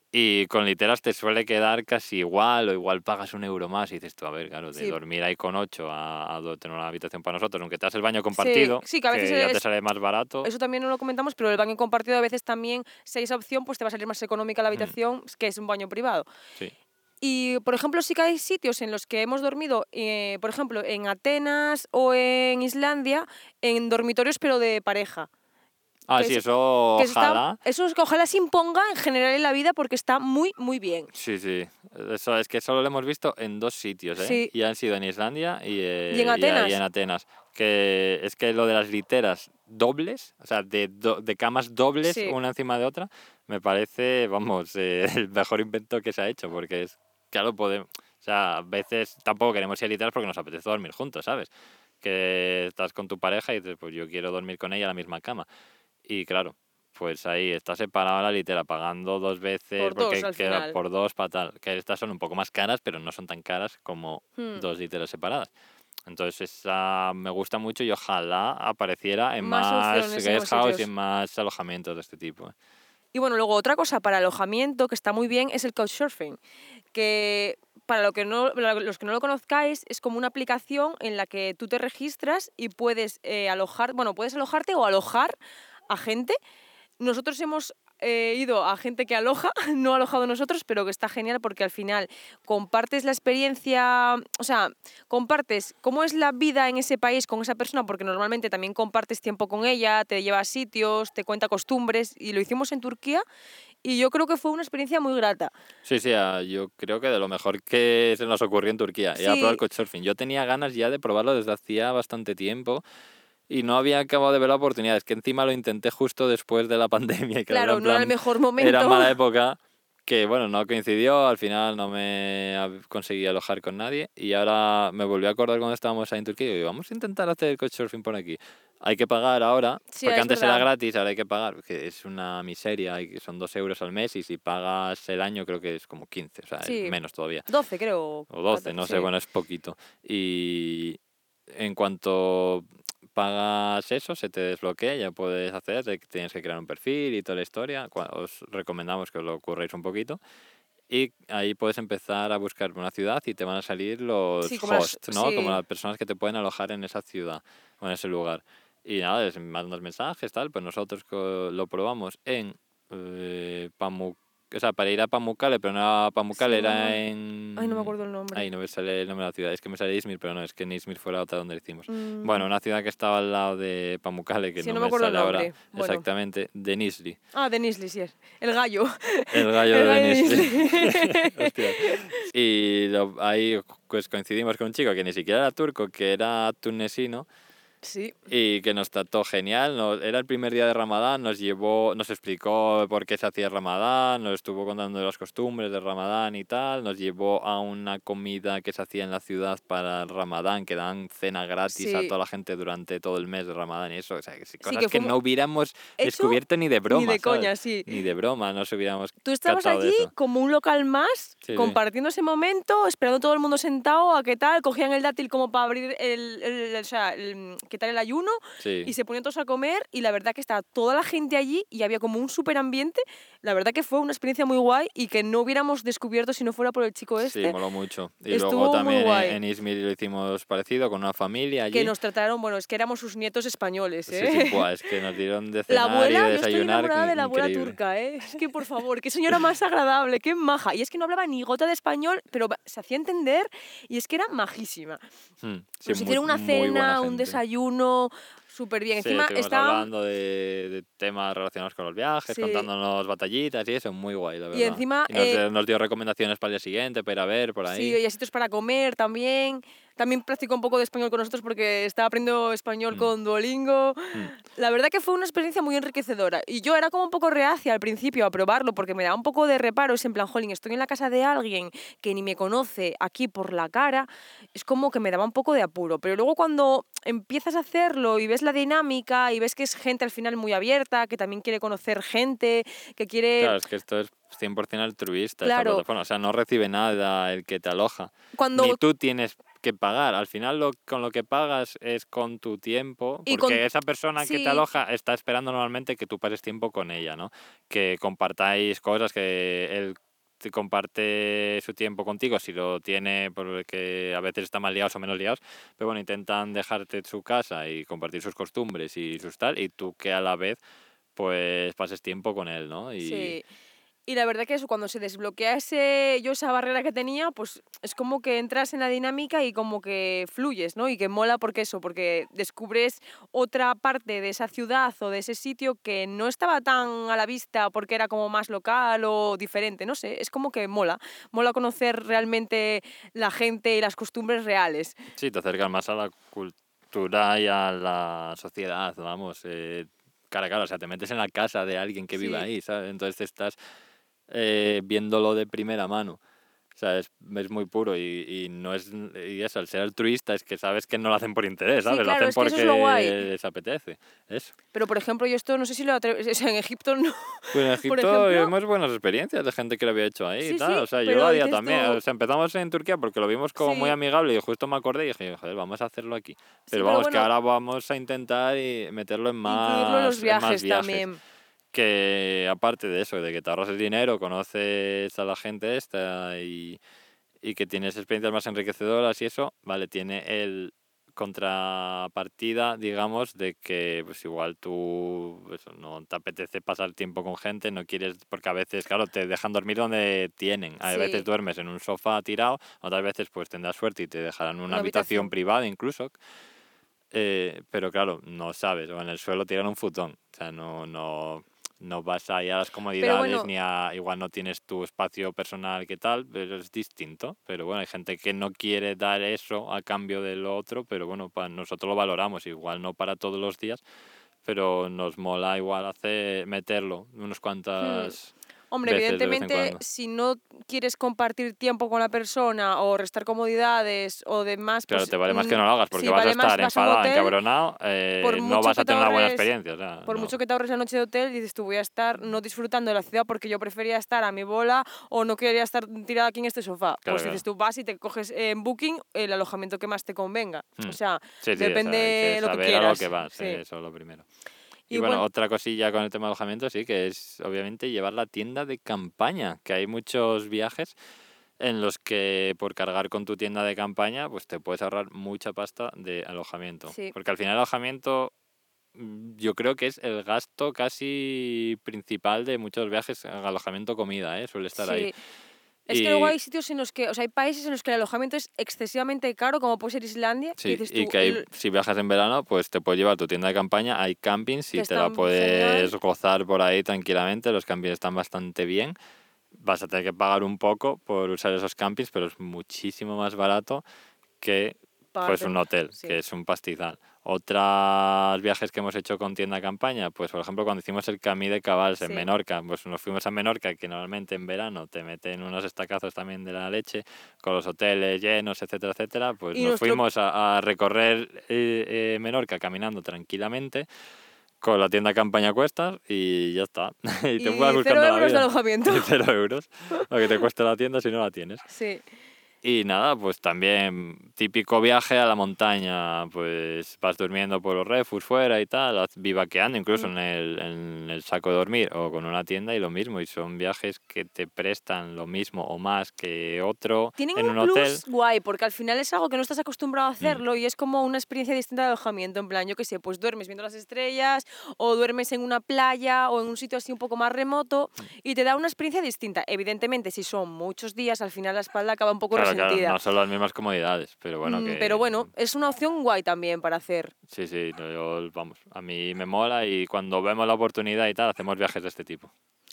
y con literas te suele quedar casi igual o igual pagas un euro más y dices tú, a ver, claro, de sí, dormir ahí con ocho a, a do- tener una habitación para nosotros, aunque te das el baño sí, compartido, sí, que a veces que ya te es, sale más barato. eso también no lo comentamos, pero el baño compartido a veces también, si hay esa opción, pues te va a salir más económica la Mm, habitación, que es un baño privado. sí. Y, por ejemplo, sí que hay sitios en los que hemos dormido, eh, por ejemplo, en Atenas o en Islandia, en dormitorios pero de pareja. Ah, Que, sí, es, eso que eso está, ojalá. eso es que ojalá se imponga en general en la vida porque está muy, muy bien. Sí, sí. Eso es que solo lo hemos visto en dos sitios, ¿eh? Sí. Y han sido en Islandia y, eh, Y en y ahí Atenas. en Atenas. Que es que lo de las literas dobles, o sea, de, do- de camas dobles Sí. una encima de otra, me parece, vamos, eh, el mejor invento que se ha hecho, porque es, claro, podemos, o sea, a veces tampoco queremos ir a literas porque nos apetece dormir juntos, ¿sabes? Que estás con tu pareja y dices, pues yo quiero dormir con ella en la misma cama. Y claro, pues ahí está separado la litera, pagando dos veces, Por porque dos al queda final. por dos para tal. Que estas son un poco más caras, pero no son tan caras como Hmm. dos literas separadas. Entonces esa me gusta mucho y ojalá apareciera en Más más opciones en guest los house y en sitios. más alojamientos de este tipo. ¿eh? Y bueno, luego otra cosa para alojamiento que está muy bien es el Couchsurfing, que para lo que no, para los que no lo conozcáis es como una aplicación en la que tú te registras y puedes eh, alojar, bueno, puedes alojarte o alojar a gente. Nosotros hemos eh, ido a gente que aloja, no alojado nosotros, pero que está genial porque al final compartes la experiencia, o sea, compartes cómo es la vida en ese país con esa persona, porque normalmente también compartes tiempo con ella, te lleva a sitios, te cuenta costumbres, y lo hicimos en Turquía y yo creo que fue una experiencia muy grata. Sí, sí, ah, yo creo que de lo mejor que se nos ocurrió en Turquía. He probado el Sí, couchsurfing. Yo tenía ganas ya de probarlo desde hacía bastante tiempo y no había acabado de ver la oportunidad. Es que encima lo intenté justo después de la pandemia y claro, era claro, en no era el plan, mejor era momento. mala época que bueno, no coincidió, al final no me ab- conseguí alojar con nadie y ahora me volví a acordar cuando estábamos ahí en Turquía y digo, vamos a intentar hacer couchsurfing por aquí. Hay que pagar ahora, Sí, porque es antes era verdad. gratis, ahora hay que pagar, que es una miseria, hay que- son dos euros al mes y si pagas el año creo que es como quince, o sea, es Sí, menos todavía, doce creo, o doce, catorce, no sé, sí. bueno, es poquito. Y en cuanto pagas eso, se te desbloquea, ya puedes hacer, te- tienes que crear un perfil y toda la historia, cua- os recomendamos que os lo curréis un poquito. Y ahí puedes empezar a buscar una ciudad y te van a salir los Sí, como las... hosts, ¿no? Como Sí, las personas que te pueden alojar en esa ciudad o en ese lugar. Y nada, les mandas mensajes, tal. Pues nosotros co- lo probamos en eh, Pamu- o sea, para ir a Pamukkale, pero no a Pamukkale, sí, no era me... Ay, no me en... acuerdo el Ahí nombre. no me sale el nombre de la ciudad, es que me sale Izmir, pero no, es que en Izmir fue la otra donde lo hicimos. Mm, Bueno, una ciudad que estaba al lado de Pamukkale, que sí, no no me me acuerdo el sale ahora nombre. Bueno. exactamente, Denizli. Ah, de Nisli, sí es. El gallo. El gallo El de gallo de Denizli. Nisli. Hostia. Y lo- ahí pues coincidimos con un chico que ni siquiera era turco, que era tunesino Sí, y que nos trató genial. Nos- era el primer día de Ramadán, nos llevó, nos explicó por qué se hacía Ramadán, nos estuvo contando de las costumbres de Ramadán y tal, nos llevó a una comida que se hacía en la ciudad para el Ramadán, que dan cena gratis a sí. toda la gente durante todo el mes de Ramadán y eso, o sea, que sí, Sí, cosas que que fue mu- no hubiéramos hecho descubierto ni de ni broma, de ¿sabes? coña, sí. Ni de broma nos hubiéramos Tú estabas catado de allí eso. como un local más, Sí, sí. compartiendo ese momento, esperando todo el mundo sentado a qué tal, cogían el dátil como para abrir el, el- o sea, el- quitar el ayuno y Sí. se ponían todos a comer y la verdad que estaba toda la gente allí y había como un súper ambiente. La verdad que fue una experiencia muy guay y que no hubiéramos descubierto si no fuera por el chico Sí, este. moló mucho. Y luego Estuvo muy también en, guay. en Izmir lo hicimos parecido con una familia Que allí. nos trataron, bueno, es que éramos sus nietos españoles, Sí, sí, ¿eh? buah, es que nos dieron de La cenar y de abuela, yo estoy desayunar enamorada de in- la abuela increíble. turca, ¿eh? Es que, por favor, qué señora más agradable, qué maja. Y es que no hablaba ni gota de español, pero va- se hacía entender y es que era majísima. Hmm, sí, Nos muy, hicieron una muy buena cena, un gente. desayuno, súper bien. Sí, Encima estuvimos estaban... hablando de, de temas relacionados con los viajes, Sí, contándonos batallitas y eso, muy guay, la y verdad. encima Y nos, eh, dio- nos dio recomendaciones para el día siguiente, para ir a ver por sí, ahí. y sitios para comer también. También practicó un poco de español con nosotros porque estaba aprendiendo español Hmm, con Duolingo. hmm. La verdad que fue una experiencia muy enriquecedora. Y yo era como un poco reacia al principio a probarlo porque me daba un poco de reparo. Es en plan, jolín, estoy en la casa de alguien que ni me conoce aquí por la cara. Es como que me daba un poco de apuro. Pero luego cuando empiezas a hacerlo y ves la dinámica y ves que es gente al final muy abierta, que también quiere conocer gente, que quiere... Claro, es que esto es cien por ciento altruista, esta Claro, plataforma. O sea, no recibe nada el que te aloja. Ni cuando... tú tienes que pagar. Al final lo, con lo que pagas es con tu tiempo, Y con... porque esa persona que te Sí, aloja está esperando normalmente que tú pases tiempo con ella, ¿no? Que compartáis cosas, que él te comparte su tiempo contigo, si lo tiene, porque a veces está más liados o menos liados, pero bueno, intentan dejarte su casa y compartir sus costumbres y sus tal, y tú que a la vez pues pases tiempo con él, ¿no? Y sí. Y la verdad que eso, cuando se desbloquea ese, yo esa barrera que tenía, pues es como que entras en la dinámica y como que fluyes, ¿no? Y que mola porque eso, porque descubres otra parte de esa ciudad o de ese sitio que no estaba tan a la vista porque era como más local o diferente, no sé, es como que mola, mola conocer realmente la gente y las costumbres reales. sí, te acercas más a la cultura y a la sociedad, vamos. Eh, cara a cara, o sea, te metes en la casa de alguien que vive Sí, ahí, ¿sabes? Entonces estás eh, viéndolo de primera mano. sea, es, es muy puro y, y no es y eso, al ser altruista es que sabes que no lo hacen por interés, Sí, ¿sabes? claro, lo es hacen que eso es lo guay. porque les apetece. Eso. Pero, por ejemplo, yo esto no sé si lo atreves... O sea, en Egipto no. Pues en Por Egipto ejemplo, vimos buenas experiencias de gente que lo había hecho ahí y sí, tal. sí, O sea, yo lo pero haría dices también. O tú... sea, empezamos en Turquía porque lo vimos como muy Sí, amigable y justo me acordé y dije, joder, vamos a hacerlo aquí. sí, Pero pero vamos, que bueno, ahora vamos a intentar y meterlo en incluirlo en los más, en más viajes viajes. también. Que aparte de eso, de que te ahorras el dinero, conoces a la gente esta y, y que tienes experiencias más enriquecedoras y eso, vale, tiene el contrapartida, digamos, de que pues igual tú eso, no te apetece pasar tiempo con gente, no quieres, porque a veces, claro, te dejan dormir donde tienen, a veces Sí, duermes en un sofá tirado, otras veces pues tendrás suerte y te dejarán una una habitación habitación. privada incluso, eh, pero claro, no sabes, o en el suelo tiran un futón, o sea, no, no, no vas ahí a las Pero comodidades, bueno, ni a, igual no tienes tu espacio personal que tal, pero es distinto. Pero bueno, hay gente que no quiere dar eso a cambio de lo otro, pero bueno, para nosotros lo valoramos, igual no para todos los días, pero nos mola igual hacer, meterlo unas hmm, cuantas hombre, veces de vez en evidentemente, cuando. si no quieres compartir tiempo con la persona o restar comodidades o demás, Claro, pues te vale más que mm, no lo hagas, porque sí, vas a vale más, estar vas a un enfadado, hotel, encabronado, por eh, no mucho vas a que te tener una buena ahorres, experiencia, o sea, por mucho no. que te ahorres la noche de hotel, dices tú voy a estar no disfrutando de la ciudad porque yo prefería estar a mi bola o no quería estar tirada aquí en este sofá. Claro, Pues dices claro. tú vas y te coges en Booking el alojamiento que más te convenga. O Mm. sea, Sí, sí, o sea, hay que depende lo que saber a lo que quieras. vas, Sí. eh, eso es lo primero. Y Y bueno, bueno, otra cosilla con el tema de alojamiento, sí, que es obviamente llevar la tienda de campaña, que hay muchos viajes en los que por cargar con tu tienda de campaña, pues te puedes ahorrar mucha pasta de alojamiento. sí. Porque al final el alojamiento mm, yo creo que es el gasto casi principal de muchos viajes, el alojamiento comida, ¿eh? Suele estar ahí. Sí, es que luego Y hay sitios en los que, o sea, hay países en los que el alojamiento es excesivamente caro, como puede ser Islandia, que sí, dices y tú, que hay, el- si viajas en verano, pues te puedes llevar tu tienda de campaña, hay campings que y te la están genial. puedes gozar por ahí tranquilamente, los campings están bastante bien. Vas a tener que pagar un poco por usar esos campings, pero es muchísimo más barato que pues Pagarte un un- hotel, sí, que es un pastizal. Otros viajes que hemos hecho con tienda de campaña, pues por ejemplo cuando hicimos el Camí de Cabals en sí. Menorca, pues nos fuimos a Menorca, que normalmente en verano te meten unos estacazos también de la leche, con los hoteles llenos, etcétera, etcétera, pues Y nos nuestro... fuimos a, a recorrer eh, eh, Menorca caminando tranquilamente, con la tienda de campaña a cuestas y ya está. Y te vas Y cero buscando la euros de vida. alojamiento. Y cero euros, lo que te cuesta la tienda si no la tienes. Sí. Y nada, pues también típico viaje a la montaña, pues vas durmiendo por los refus fuera y tal, haz- vivaqueando incluso Mm. en el, en el saco de dormir o con una tienda y lo mismo. Y son viajes que te prestan lo mismo o más que otro Tienen en un un hotel. plus guay, porque al final es algo que no estás acostumbrado a Mm. hacerlo y es como una experiencia distinta de alojamiento. En plan, yo qué sé, pues duermes viendo las estrellas o duermes en una playa o en un sitio así un poco más remoto y te da una experiencia distinta. Evidentemente, si son muchos días, al final la espalda acaba un poco Claro, claro, resentida. no son las mismas comodidades, pero bueno, Mm, pero que bueno, es una opción guay también para hacer. sí, sí, no, yo, vamos, a mí me mola y cuando vemos la oportunidad y tal, hacemos viajes de este tipo.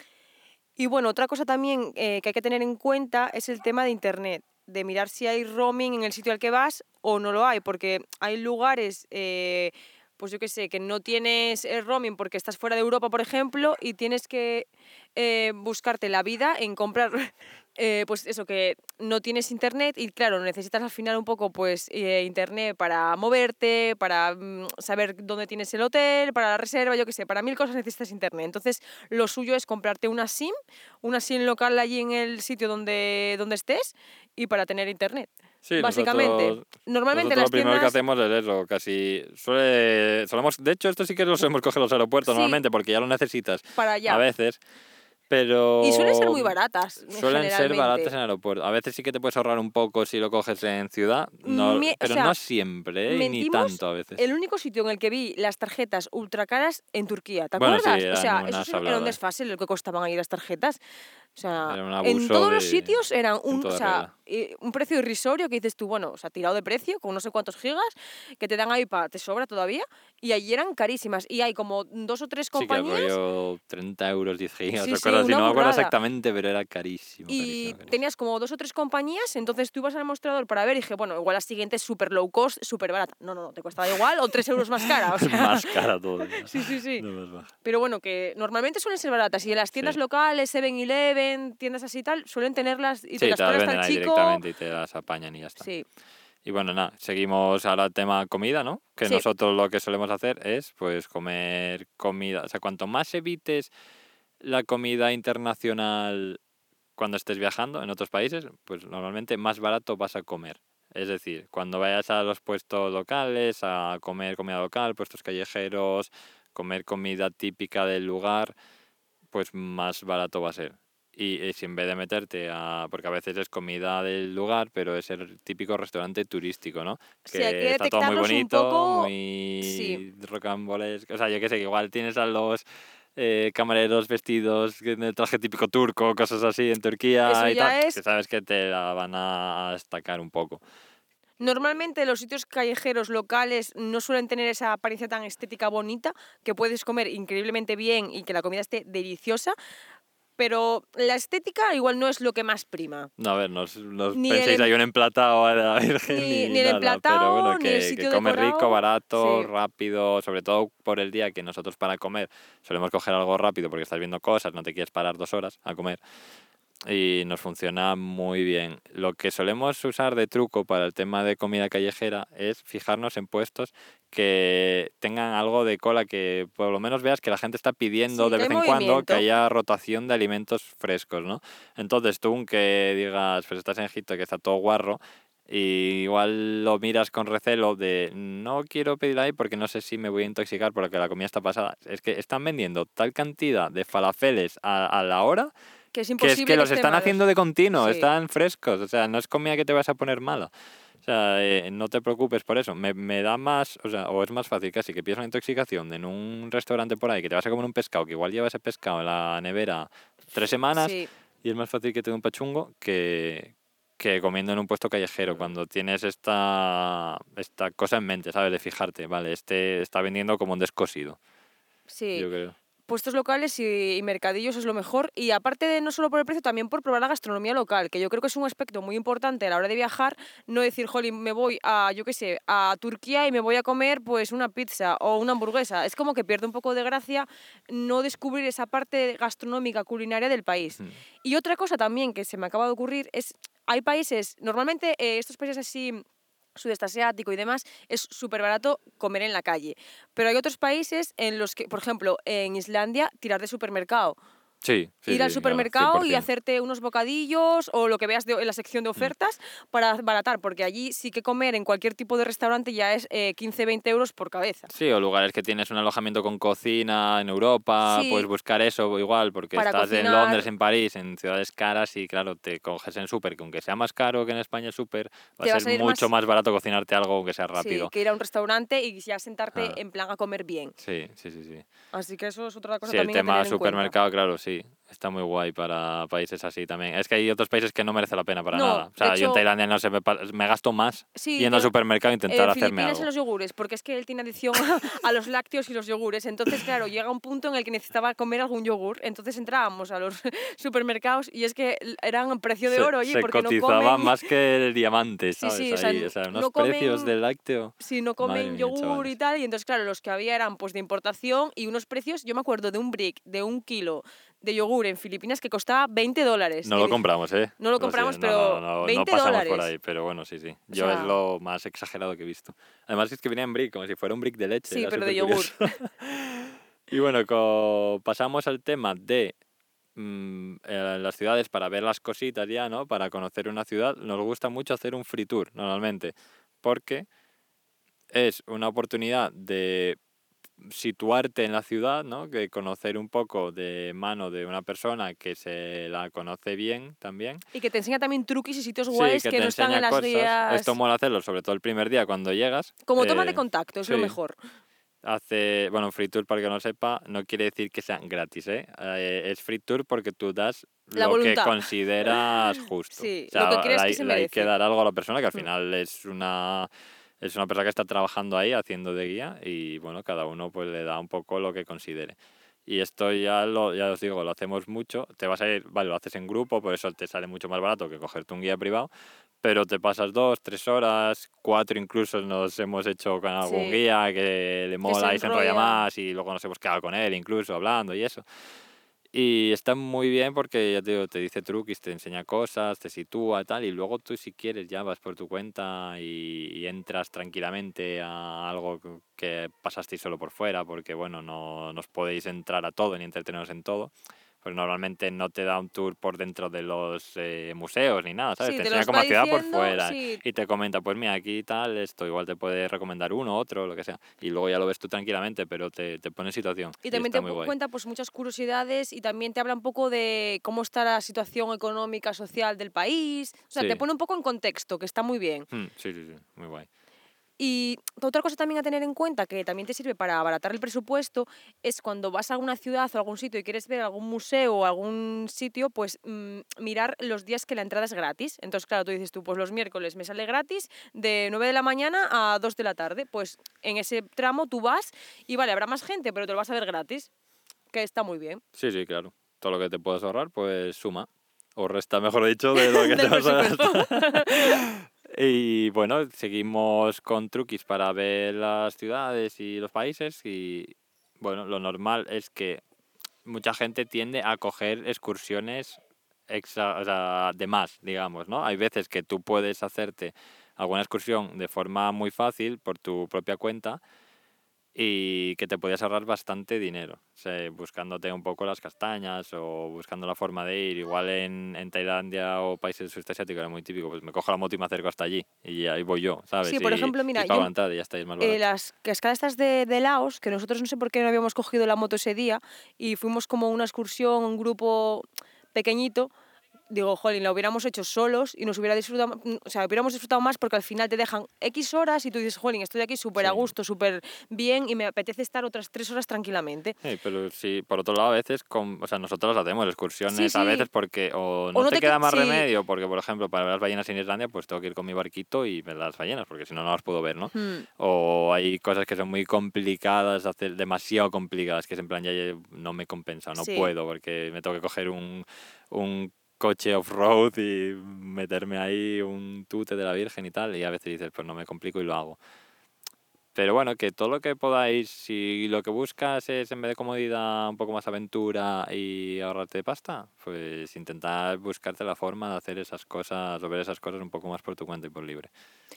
Y bueno, otra cosa también eh, que hay que tener en cuenta es el tema de Internet, de mirar si hay roaming en el sitio al que vas o no lo hay, porque hay lugares, eh, pues yo qué sé, que no tienes eh, roaming porque estás fuera de Europa, por ejemplo, y tienes que eh, buscarte la vida en comprar, eh, pues eso, que no tienes Internet y claro, necesitas al final un poco pues eh, Internet para moverte, para mm, saber dónde tienes el hotel, para la reserva, yo qué sé, para mil cosas necesitas Internet. Entonces, lo suyo es comprarte una SIM, una SIM local allí en el sitio donde, donde estés y para tener Internet. Sí, Básicamente, nosotros, normalmente nosotros lo las primero que tiendas, hacemos es eso, casi suele, solemos, de hecho esto sí que lo solemos coger los aeropuertos sí, normalmente porque ya lo necesitas para a allá. veces, Y suelen ser pero muy baratas, eh, suelen ser baratas generalmente. en aeropuerto. A veces sí que te puedes ahorrar un poco si lo coges en ciudad, no, Mie- o pero sea, no siempre, ¿eh? Y ni mentimos, tanto a veces. el único sitio en el que vi las tarjetas ultra caras en Turquía, ¿te Bueno, sí, acuerdas? O eran sea, eso una sí era un sablada, ¿eh? desfase lo que costaban ahí las tarjetas. O sea, Era un en abuso todos los de, sitios eran en un, o toda sea, regla. eh, un precio irrisorio que dices tú, bueno, o sea, tirado de precio, con no sé cuántos gigas, que te dan ahí para, te sobra todavía, y allí eran carísimas. Y hay como dos o tres Sí, que el compañías, rollo treinta euros, diez gigas sí, o sí, cosas así, una no me acuerdo burrada. exactamente, pero era carísimo, Y carísimo, carísimo. tenías como dos o tres compañías, entonces tú ibas al mostrador para ver y dije, bueno, igual la siguiente es súper low cost, súper barata. No, no, no, te costaba igual o tres euros más cara, o sea, Más cara todavía, sí, sí, sí. no más baja. Pero bueno, que normalmente suelen ser baratas y en las tiendas Sí. locales, seven eleven en tiendas así y tal, suelen tenerlas y te Sí, las te las pone hasta venden el ahí chico. directamente y te las apañan y ya está. Sí, Y bueno, nada, seguimos ahora al tema comida, ¿no? Que sí, nosotros lo que solemos hacer es, pues, comer comida. O sea, cuanto más evites la comida internacional cuando estés viajando en otros países, pues normalmente más barato vas a comer. Es decir, cuando vayas a los puestos locales, a comer comida local, puestos callejeros, comer comida típica del lugar, pues más barato va a ser. Y, y si en vez de meterte a... Porque a veces es comida del lugar, pero es el típico restaurante turístico, ¿no? sí, hay que Que está todo muy detectarlos un bonito, poco, sí. muy rocambolesco. O sea, yo qué sé, que igual tienes a los eh, camareros vestidos en el traje típico turco, cosas así en Eso Turquía y tal, ya que es. sabes que te la van a destacar un poco. Normalmente los sitios callejeros locales no suelen tener esa apariencia tan estética bonita, que puedes comer increíblemente bien y que la comida esté deliciosa, pero la estética igual no es lo que más prima. No, a ver, no os, no os Ni el, penséis em- hay un emplatado a la Virgen ni, ni ni el nada, pero bueno, emplatado, ni el que, que sitio comes rico, decorado. barato, Sí, rápido, sobre todo por el día que nosotros para comer solemos coger algo rápido porque estás viendo cosas, no te quieres parar dos horas a comer y nos funciona muy bien. Lo que solemos usar de truco para el tema de comida callejera es fijarnos en puestos que tengan algo de cola, que por lo menos veas que la gente está pidiendo sí, de que hay vez en cuando que movimiento. haya rotación de alimentos frescos, ¿no? Entonces tú, aunque digas, pues estás en Egipto que está todo guarro, y igual lo miras con recelo de no quiero pedir ahí porque no sé si me voy a intoxicar porque la comida está pasada. Es que están vendiendo tal cantidad de falafeles a, a la hora Que es que es que imposible que los estén están malos. haciendo de continuo, Sí, están frescos, o sea, no es comida que te vas a poner mala. O sea, eh, no te preocupes por eso. Me, me da más, o sea, o es más fácil casi que pidas una intoxicación en un restaurante por ahí, que te vas a comer un pescado, que igual lleva ese pescado en la nevera tres semanas, sí. y es más fácil que te dé un pachungo que, que comiendo en un puesto callejero, cuando tienes esta, esta cosa en mente, ¿sabes? De fijarte, vale, este está vendiendo como un descosido, Sí, yo creo. puestos locales y, y mercadillos es lo mejor. Y aparte de no solo por el precio, también por probar la gastronomía local, que yo creo que es un aspecto muy importante a la hora de viajar. No decir, jolín, me voy a, yo qué sé, a Turquía y me voy a comer pues una pizza o una hamburguesa. Es como que pierde un poco de gracia no descubrir esa parte gastronómica, culinaria del país. Ujú. Y otra cosa también que se me acaba de ocurrir es, hay países, normalmente eh, estos países así sudeste asiático y demás, es súper barato comer en la calle. Pero hay otros países en los que, por ejemplo, en Islandia, tirar de supermercado. Sí, sí, Ir al sí, claro, cien supermercado por y ciento. hacerte unos bocadillos o lo que veas de- en la sección de Mm. ofertas para baratar, porque allí sí que comer en cualquier tipo de restaurante ya es eh, quince veinte euros por cabeza. Sí, o lugares que tienes un alojamiento con cocina en Europa, puedes Sí, buscar eso igual, porque para estás en Londres, cocinar, en París, en ciudades caras y claro, te coges en súper, que aunque sea más caro que en España el súper, va a te va a ser salir mucho más, más barato cocinarte algo aunque sea sí, rápido. que ir a un restaurante y ya sentarte Ah, en plan a comer bien. sí, sí, sí, sí. Así que eso es otra cosa Sí, el también a tema tener en cuenta. supermercado, claro, sí, está muy guay para países así también. Es que hay otros países que no merece la pena para No, nada. O de sea, yo en hecho, Tailandia no sé, me, pa- me gasto más sí, yendo al yo supermercado a intentar en hacerme Filipinas en algo. los yogures, porque es que él tiene adicción a los lácteos y los yogures. Entonces, claro, llega un punto en el que necesitaba comer algún yogur. Entonces entrábamos a los supermercados y es que l- eran precio de Se, oro, oye, se porque no cotizaba comen. más que el diamante, Sí, sí, ¿sabes? o sea, Ahí, o n- sea, unos no precios comen. del lácteo. Sí, no Madre comen mía, yogur y chavales. tal. Y entonces, claro, los que había eran pues de importación y unos precios. Yo me acuerdo de un brick de un kilo de yogur en Filipinas que costaba veinte dólares. No Que lo dije, compramos, ¿eh? no lo Lo compramos, siento, no, no, no, pero no, no veinte pasamos por dólares. ahí, pero bueno, sí, sí. O Yo es sea, lo más exagerado que he visto. Además es que venía en brick, como si fuera un brick de leche, sí, era pero de súper yogur. curioso. Y bueno, co- pasamos al tema de mm, eh, las ciudades para ver las cositas ya, ¿no? Para conocer una ciudad. Nos gusta mucho hacer un free tour, normalmente, porque es una oportunidad de situarte en la ciudad, ¿no? Que conocer un poco de mano de una persona que se la conoce bien también. Y que te enseña también truquis y sitios Sí, guays que que te no están enseña en las cosas. Esto guías. mola hacerlo, sobre todo el primer día cuando llegas. Como toma de Eh, contacto, es lo sí, mejor. hace, bueno, free tour para el que no lo sepa, no quiere decir que sean gratis, ¿eh? Eh, es free tour porque tú das La lo que voluntad. consideras justo. O Sí, lo que sea, le crees que hay, se le hay que merece. dar algo a la persona que al Mm. final es una es una persona que está trabajando ahí haciendo de guía y bueno, cada uno pues le da un poco lo que considere. Y esto ya lo, ya os digo, lo hacemos mucho. Te vas a ir, vale, lo haces en grupo, por eso te sale mucho más barato que cogerte un guía privado, pero te pasas dos, tres horas, cuatro incluso nos hemos hecho con algún Sí, guía que le que se mola y se enrolla enrolla. más y luego nos hemos quedado con él incluso hablando y eso. Y está muy bien porque ya te digo, te dice truquis, te enseña cosas, te sitúa tal, y luego tú si quieres ya vas por tu cuenta y, y entras tranquilamente a algo que que pasasteis solo por fuera, porque bueno, no nos podéis entrar a todo ni entreteneros en todo. Pues normalmente no te da un tour por dentro de los eh, museos ni nada, ¿sabes? Sí, Te te enseña los como va la ciudad por diciendo, fuera sí. y te comenta, pues mira, aquí tal, esto, igual te puede recomendar uno, otro, lo que sea. Y luego ya lo ves tú tranquilamente, pero te, te pone en situación Y y también está te muy pu- guay. cuenta pues muchas curiosidades y también te habla un poco de cómo está la situación económica, social del país. O sea, te Sí, pone un poco en contexto, que está muy bien. mm, sí, sí, sí, muy guay. Y otra cosa también a tener en cuenta, que también te sirve para abaratar el presupuesto, es cuando vas a alguna ciudad o algún sitio y quieres ver algún museo o algún sitio, pues mm, mirar los días que la entrada es gratis. Entonces, claro, tú dices tú, pues los miércoles me sale gratis de nueve de la mañana a dos de la tarde. Pues en ese tramo tú vas y vale, habrá más gente, pero te lo vas a ver gratis, que está muy bien. Sí, sí, claro. Todo lo que te puedas ahorrar, pues suma. O resta, mejor dicho, de lo que te Del vas a presupuesto. gastar. Y bueno, seguimos con truquis para ver las ciudades y los países. Y bueno, lo normal es que mucha gente tiende a coger excursiones exa- o sea, de más, digamos, ¿no? Hay veces que tú puedes hacerte alguna excursión de forma muy fácil por tu propia cuenta y que te podías ahorrar bastante dinero, o sea, buscándote un poco las castañas o buscando la forma de ir. Igual en, en Tailandia o países del sudeste asiático era muy típico, pues me cojo la moto y me acerco hasta allí y ahí voy yo, ¿sabes? Sí, por Y, ejemplo, y mira, yo pago la en- entrada y ya está, y es más eh, barato. las cascadas estas de, de Laos, que nosotros no sé por qué no habíamos cogido la moto ese día y fuimos como una excursión, un grupo pequeñito. Digo, jolín, la hubiéramos hecho solos y nos hubiera disfrutado, mm, o sea, hubiéramos disfrutado más porque al final te dejan X horas y tú dices, jolín, estoy aquí súper a Sí. gusto, súper bien y me apetece estar otras tres horas tranquilamente. Sí, pero sí, por otro lado, a veces, con, o sea, nosotros hacemos Sí, excursiones a veces sí. porque o O no no te te... qui- queda más Sí. remedio, porque por ejemplo, para ver las ballenas en Islandia, pues tengo que ir con mi barquito y ver las ballenas, porque si no, no las puedo ver, ¿no? Hmm, O hay cosas que son muy complicadas, hacer demasiado complicadas, que es en plan, ya ya no me compensa, no sí. puedo, porque me tengo que coger un, un coche off-road y meterme ahí un tute de la Virgen y tal, y a veces dices, pues no me complico y lo hago. Pero bueno, que todo lo que podáis, si lo que buscas es en vez de comodidad un poco más aventura y ahorrarte pasta, pues intentar buscarte la forma de hacer esas cosas o ver esas cosas un poco más por tu cuenta y por libre.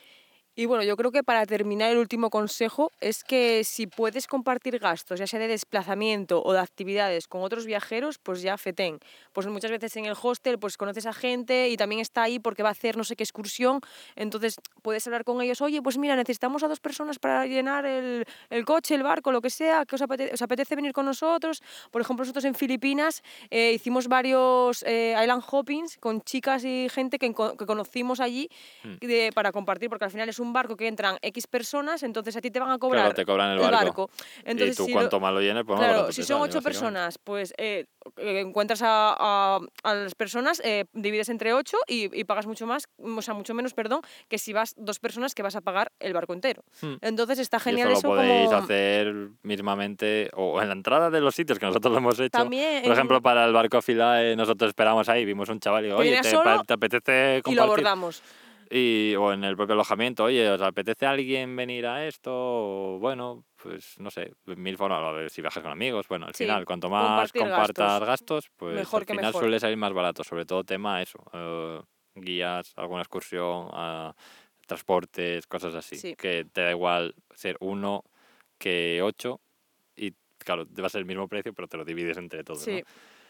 Y bueno, yo creo que para terminar el último consejo es que si puedes compartir gastos, ya sea de desplazamiento o de actividades con otros viajeros, pues ya fetén. Pues muchas veces en el hostel pues conoces a gente y también está ahí porque va a hacer no sé qué excursión, entonces puedes hablar con ellos, oye, pues mira, necesitamos a dos personas para llenar el, el coche, el barco, lo que sea, que os apetece, os apetece venir con nosotros. Por ejemplo, nosotros en Filipinas eh, hicimos varios eh, island hoppings con chicas y gente que, enco- que conocimos allí Mm. de, para compartir, porque al final es un barco que entran X personas, entonces a ti te van a Claro, cobrar te cobran el el barco. barco. Y Entonces, tú si lo, cuanto más lo llenes, pues más claro, barato si te son sale, ocho básicamente. personas, pues eh, eh, encuentras a, a- a las personas, eh, divides entre ocho y, y pagas mucho más, o sea, mucho menos, perdón, que si vas dos personas que vas a pagar el barco entero. Mm. Entonces está Y genial eso lo eso podéis como hacer mismamente o en la entrada de los sitios que nosotros lo hemos hecho. también Por en- ejemplo, para el barco Filae, nosotros esperamos ahí, vimos un chaval y digo, que oye, viene ¿te, pa- solo te apetece y lo compartir? abordamos. Y, o en el propio alojamiento, oye, ¿os apetece a alguien venir a esto? O, bueno, pues no sé, mil formas, a ver si viajas con amigos. Bueno, al Sí, final, cuanto más compartir compartas gastos, gastos, pues mejor al que final mejor. suele salir más barato, sobre todo tema eso, eh, guías, alguna excursión, ah, transportes, cosas así, Sí. que te da igual ser uno que ocho y claro, te va a ser el mismo precio, pero te lo divides entre todos, ¿no? Sí.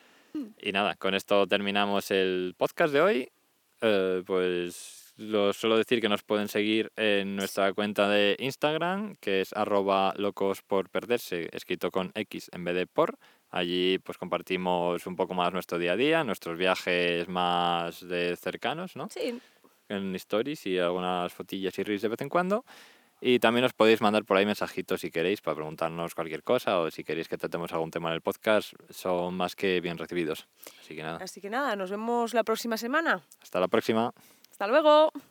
Y nada, con esto terminamos el podcast de hoy. Eh, pues lo suelo decir que nos pueden seguir en nuestra cuenta de Instagram, que es arroba locos por perderse, escrito con X en vez de por. Allí pues compartimos un poco más nuestro día a día, nuestros viajes más de cercanos, ¿no? Sí, En stories y algunas fotillas y reels de vez en cuando. Y también os podéis mandar por ahí mensajitos si queréis para preguntarnos cualquier cosa o si queréis que tratemos algún tema en el podcast, son más que bien recibidos. Así que nada, así que nada, nos vemos la próxima semana. hasta la próxima. Hasta luego.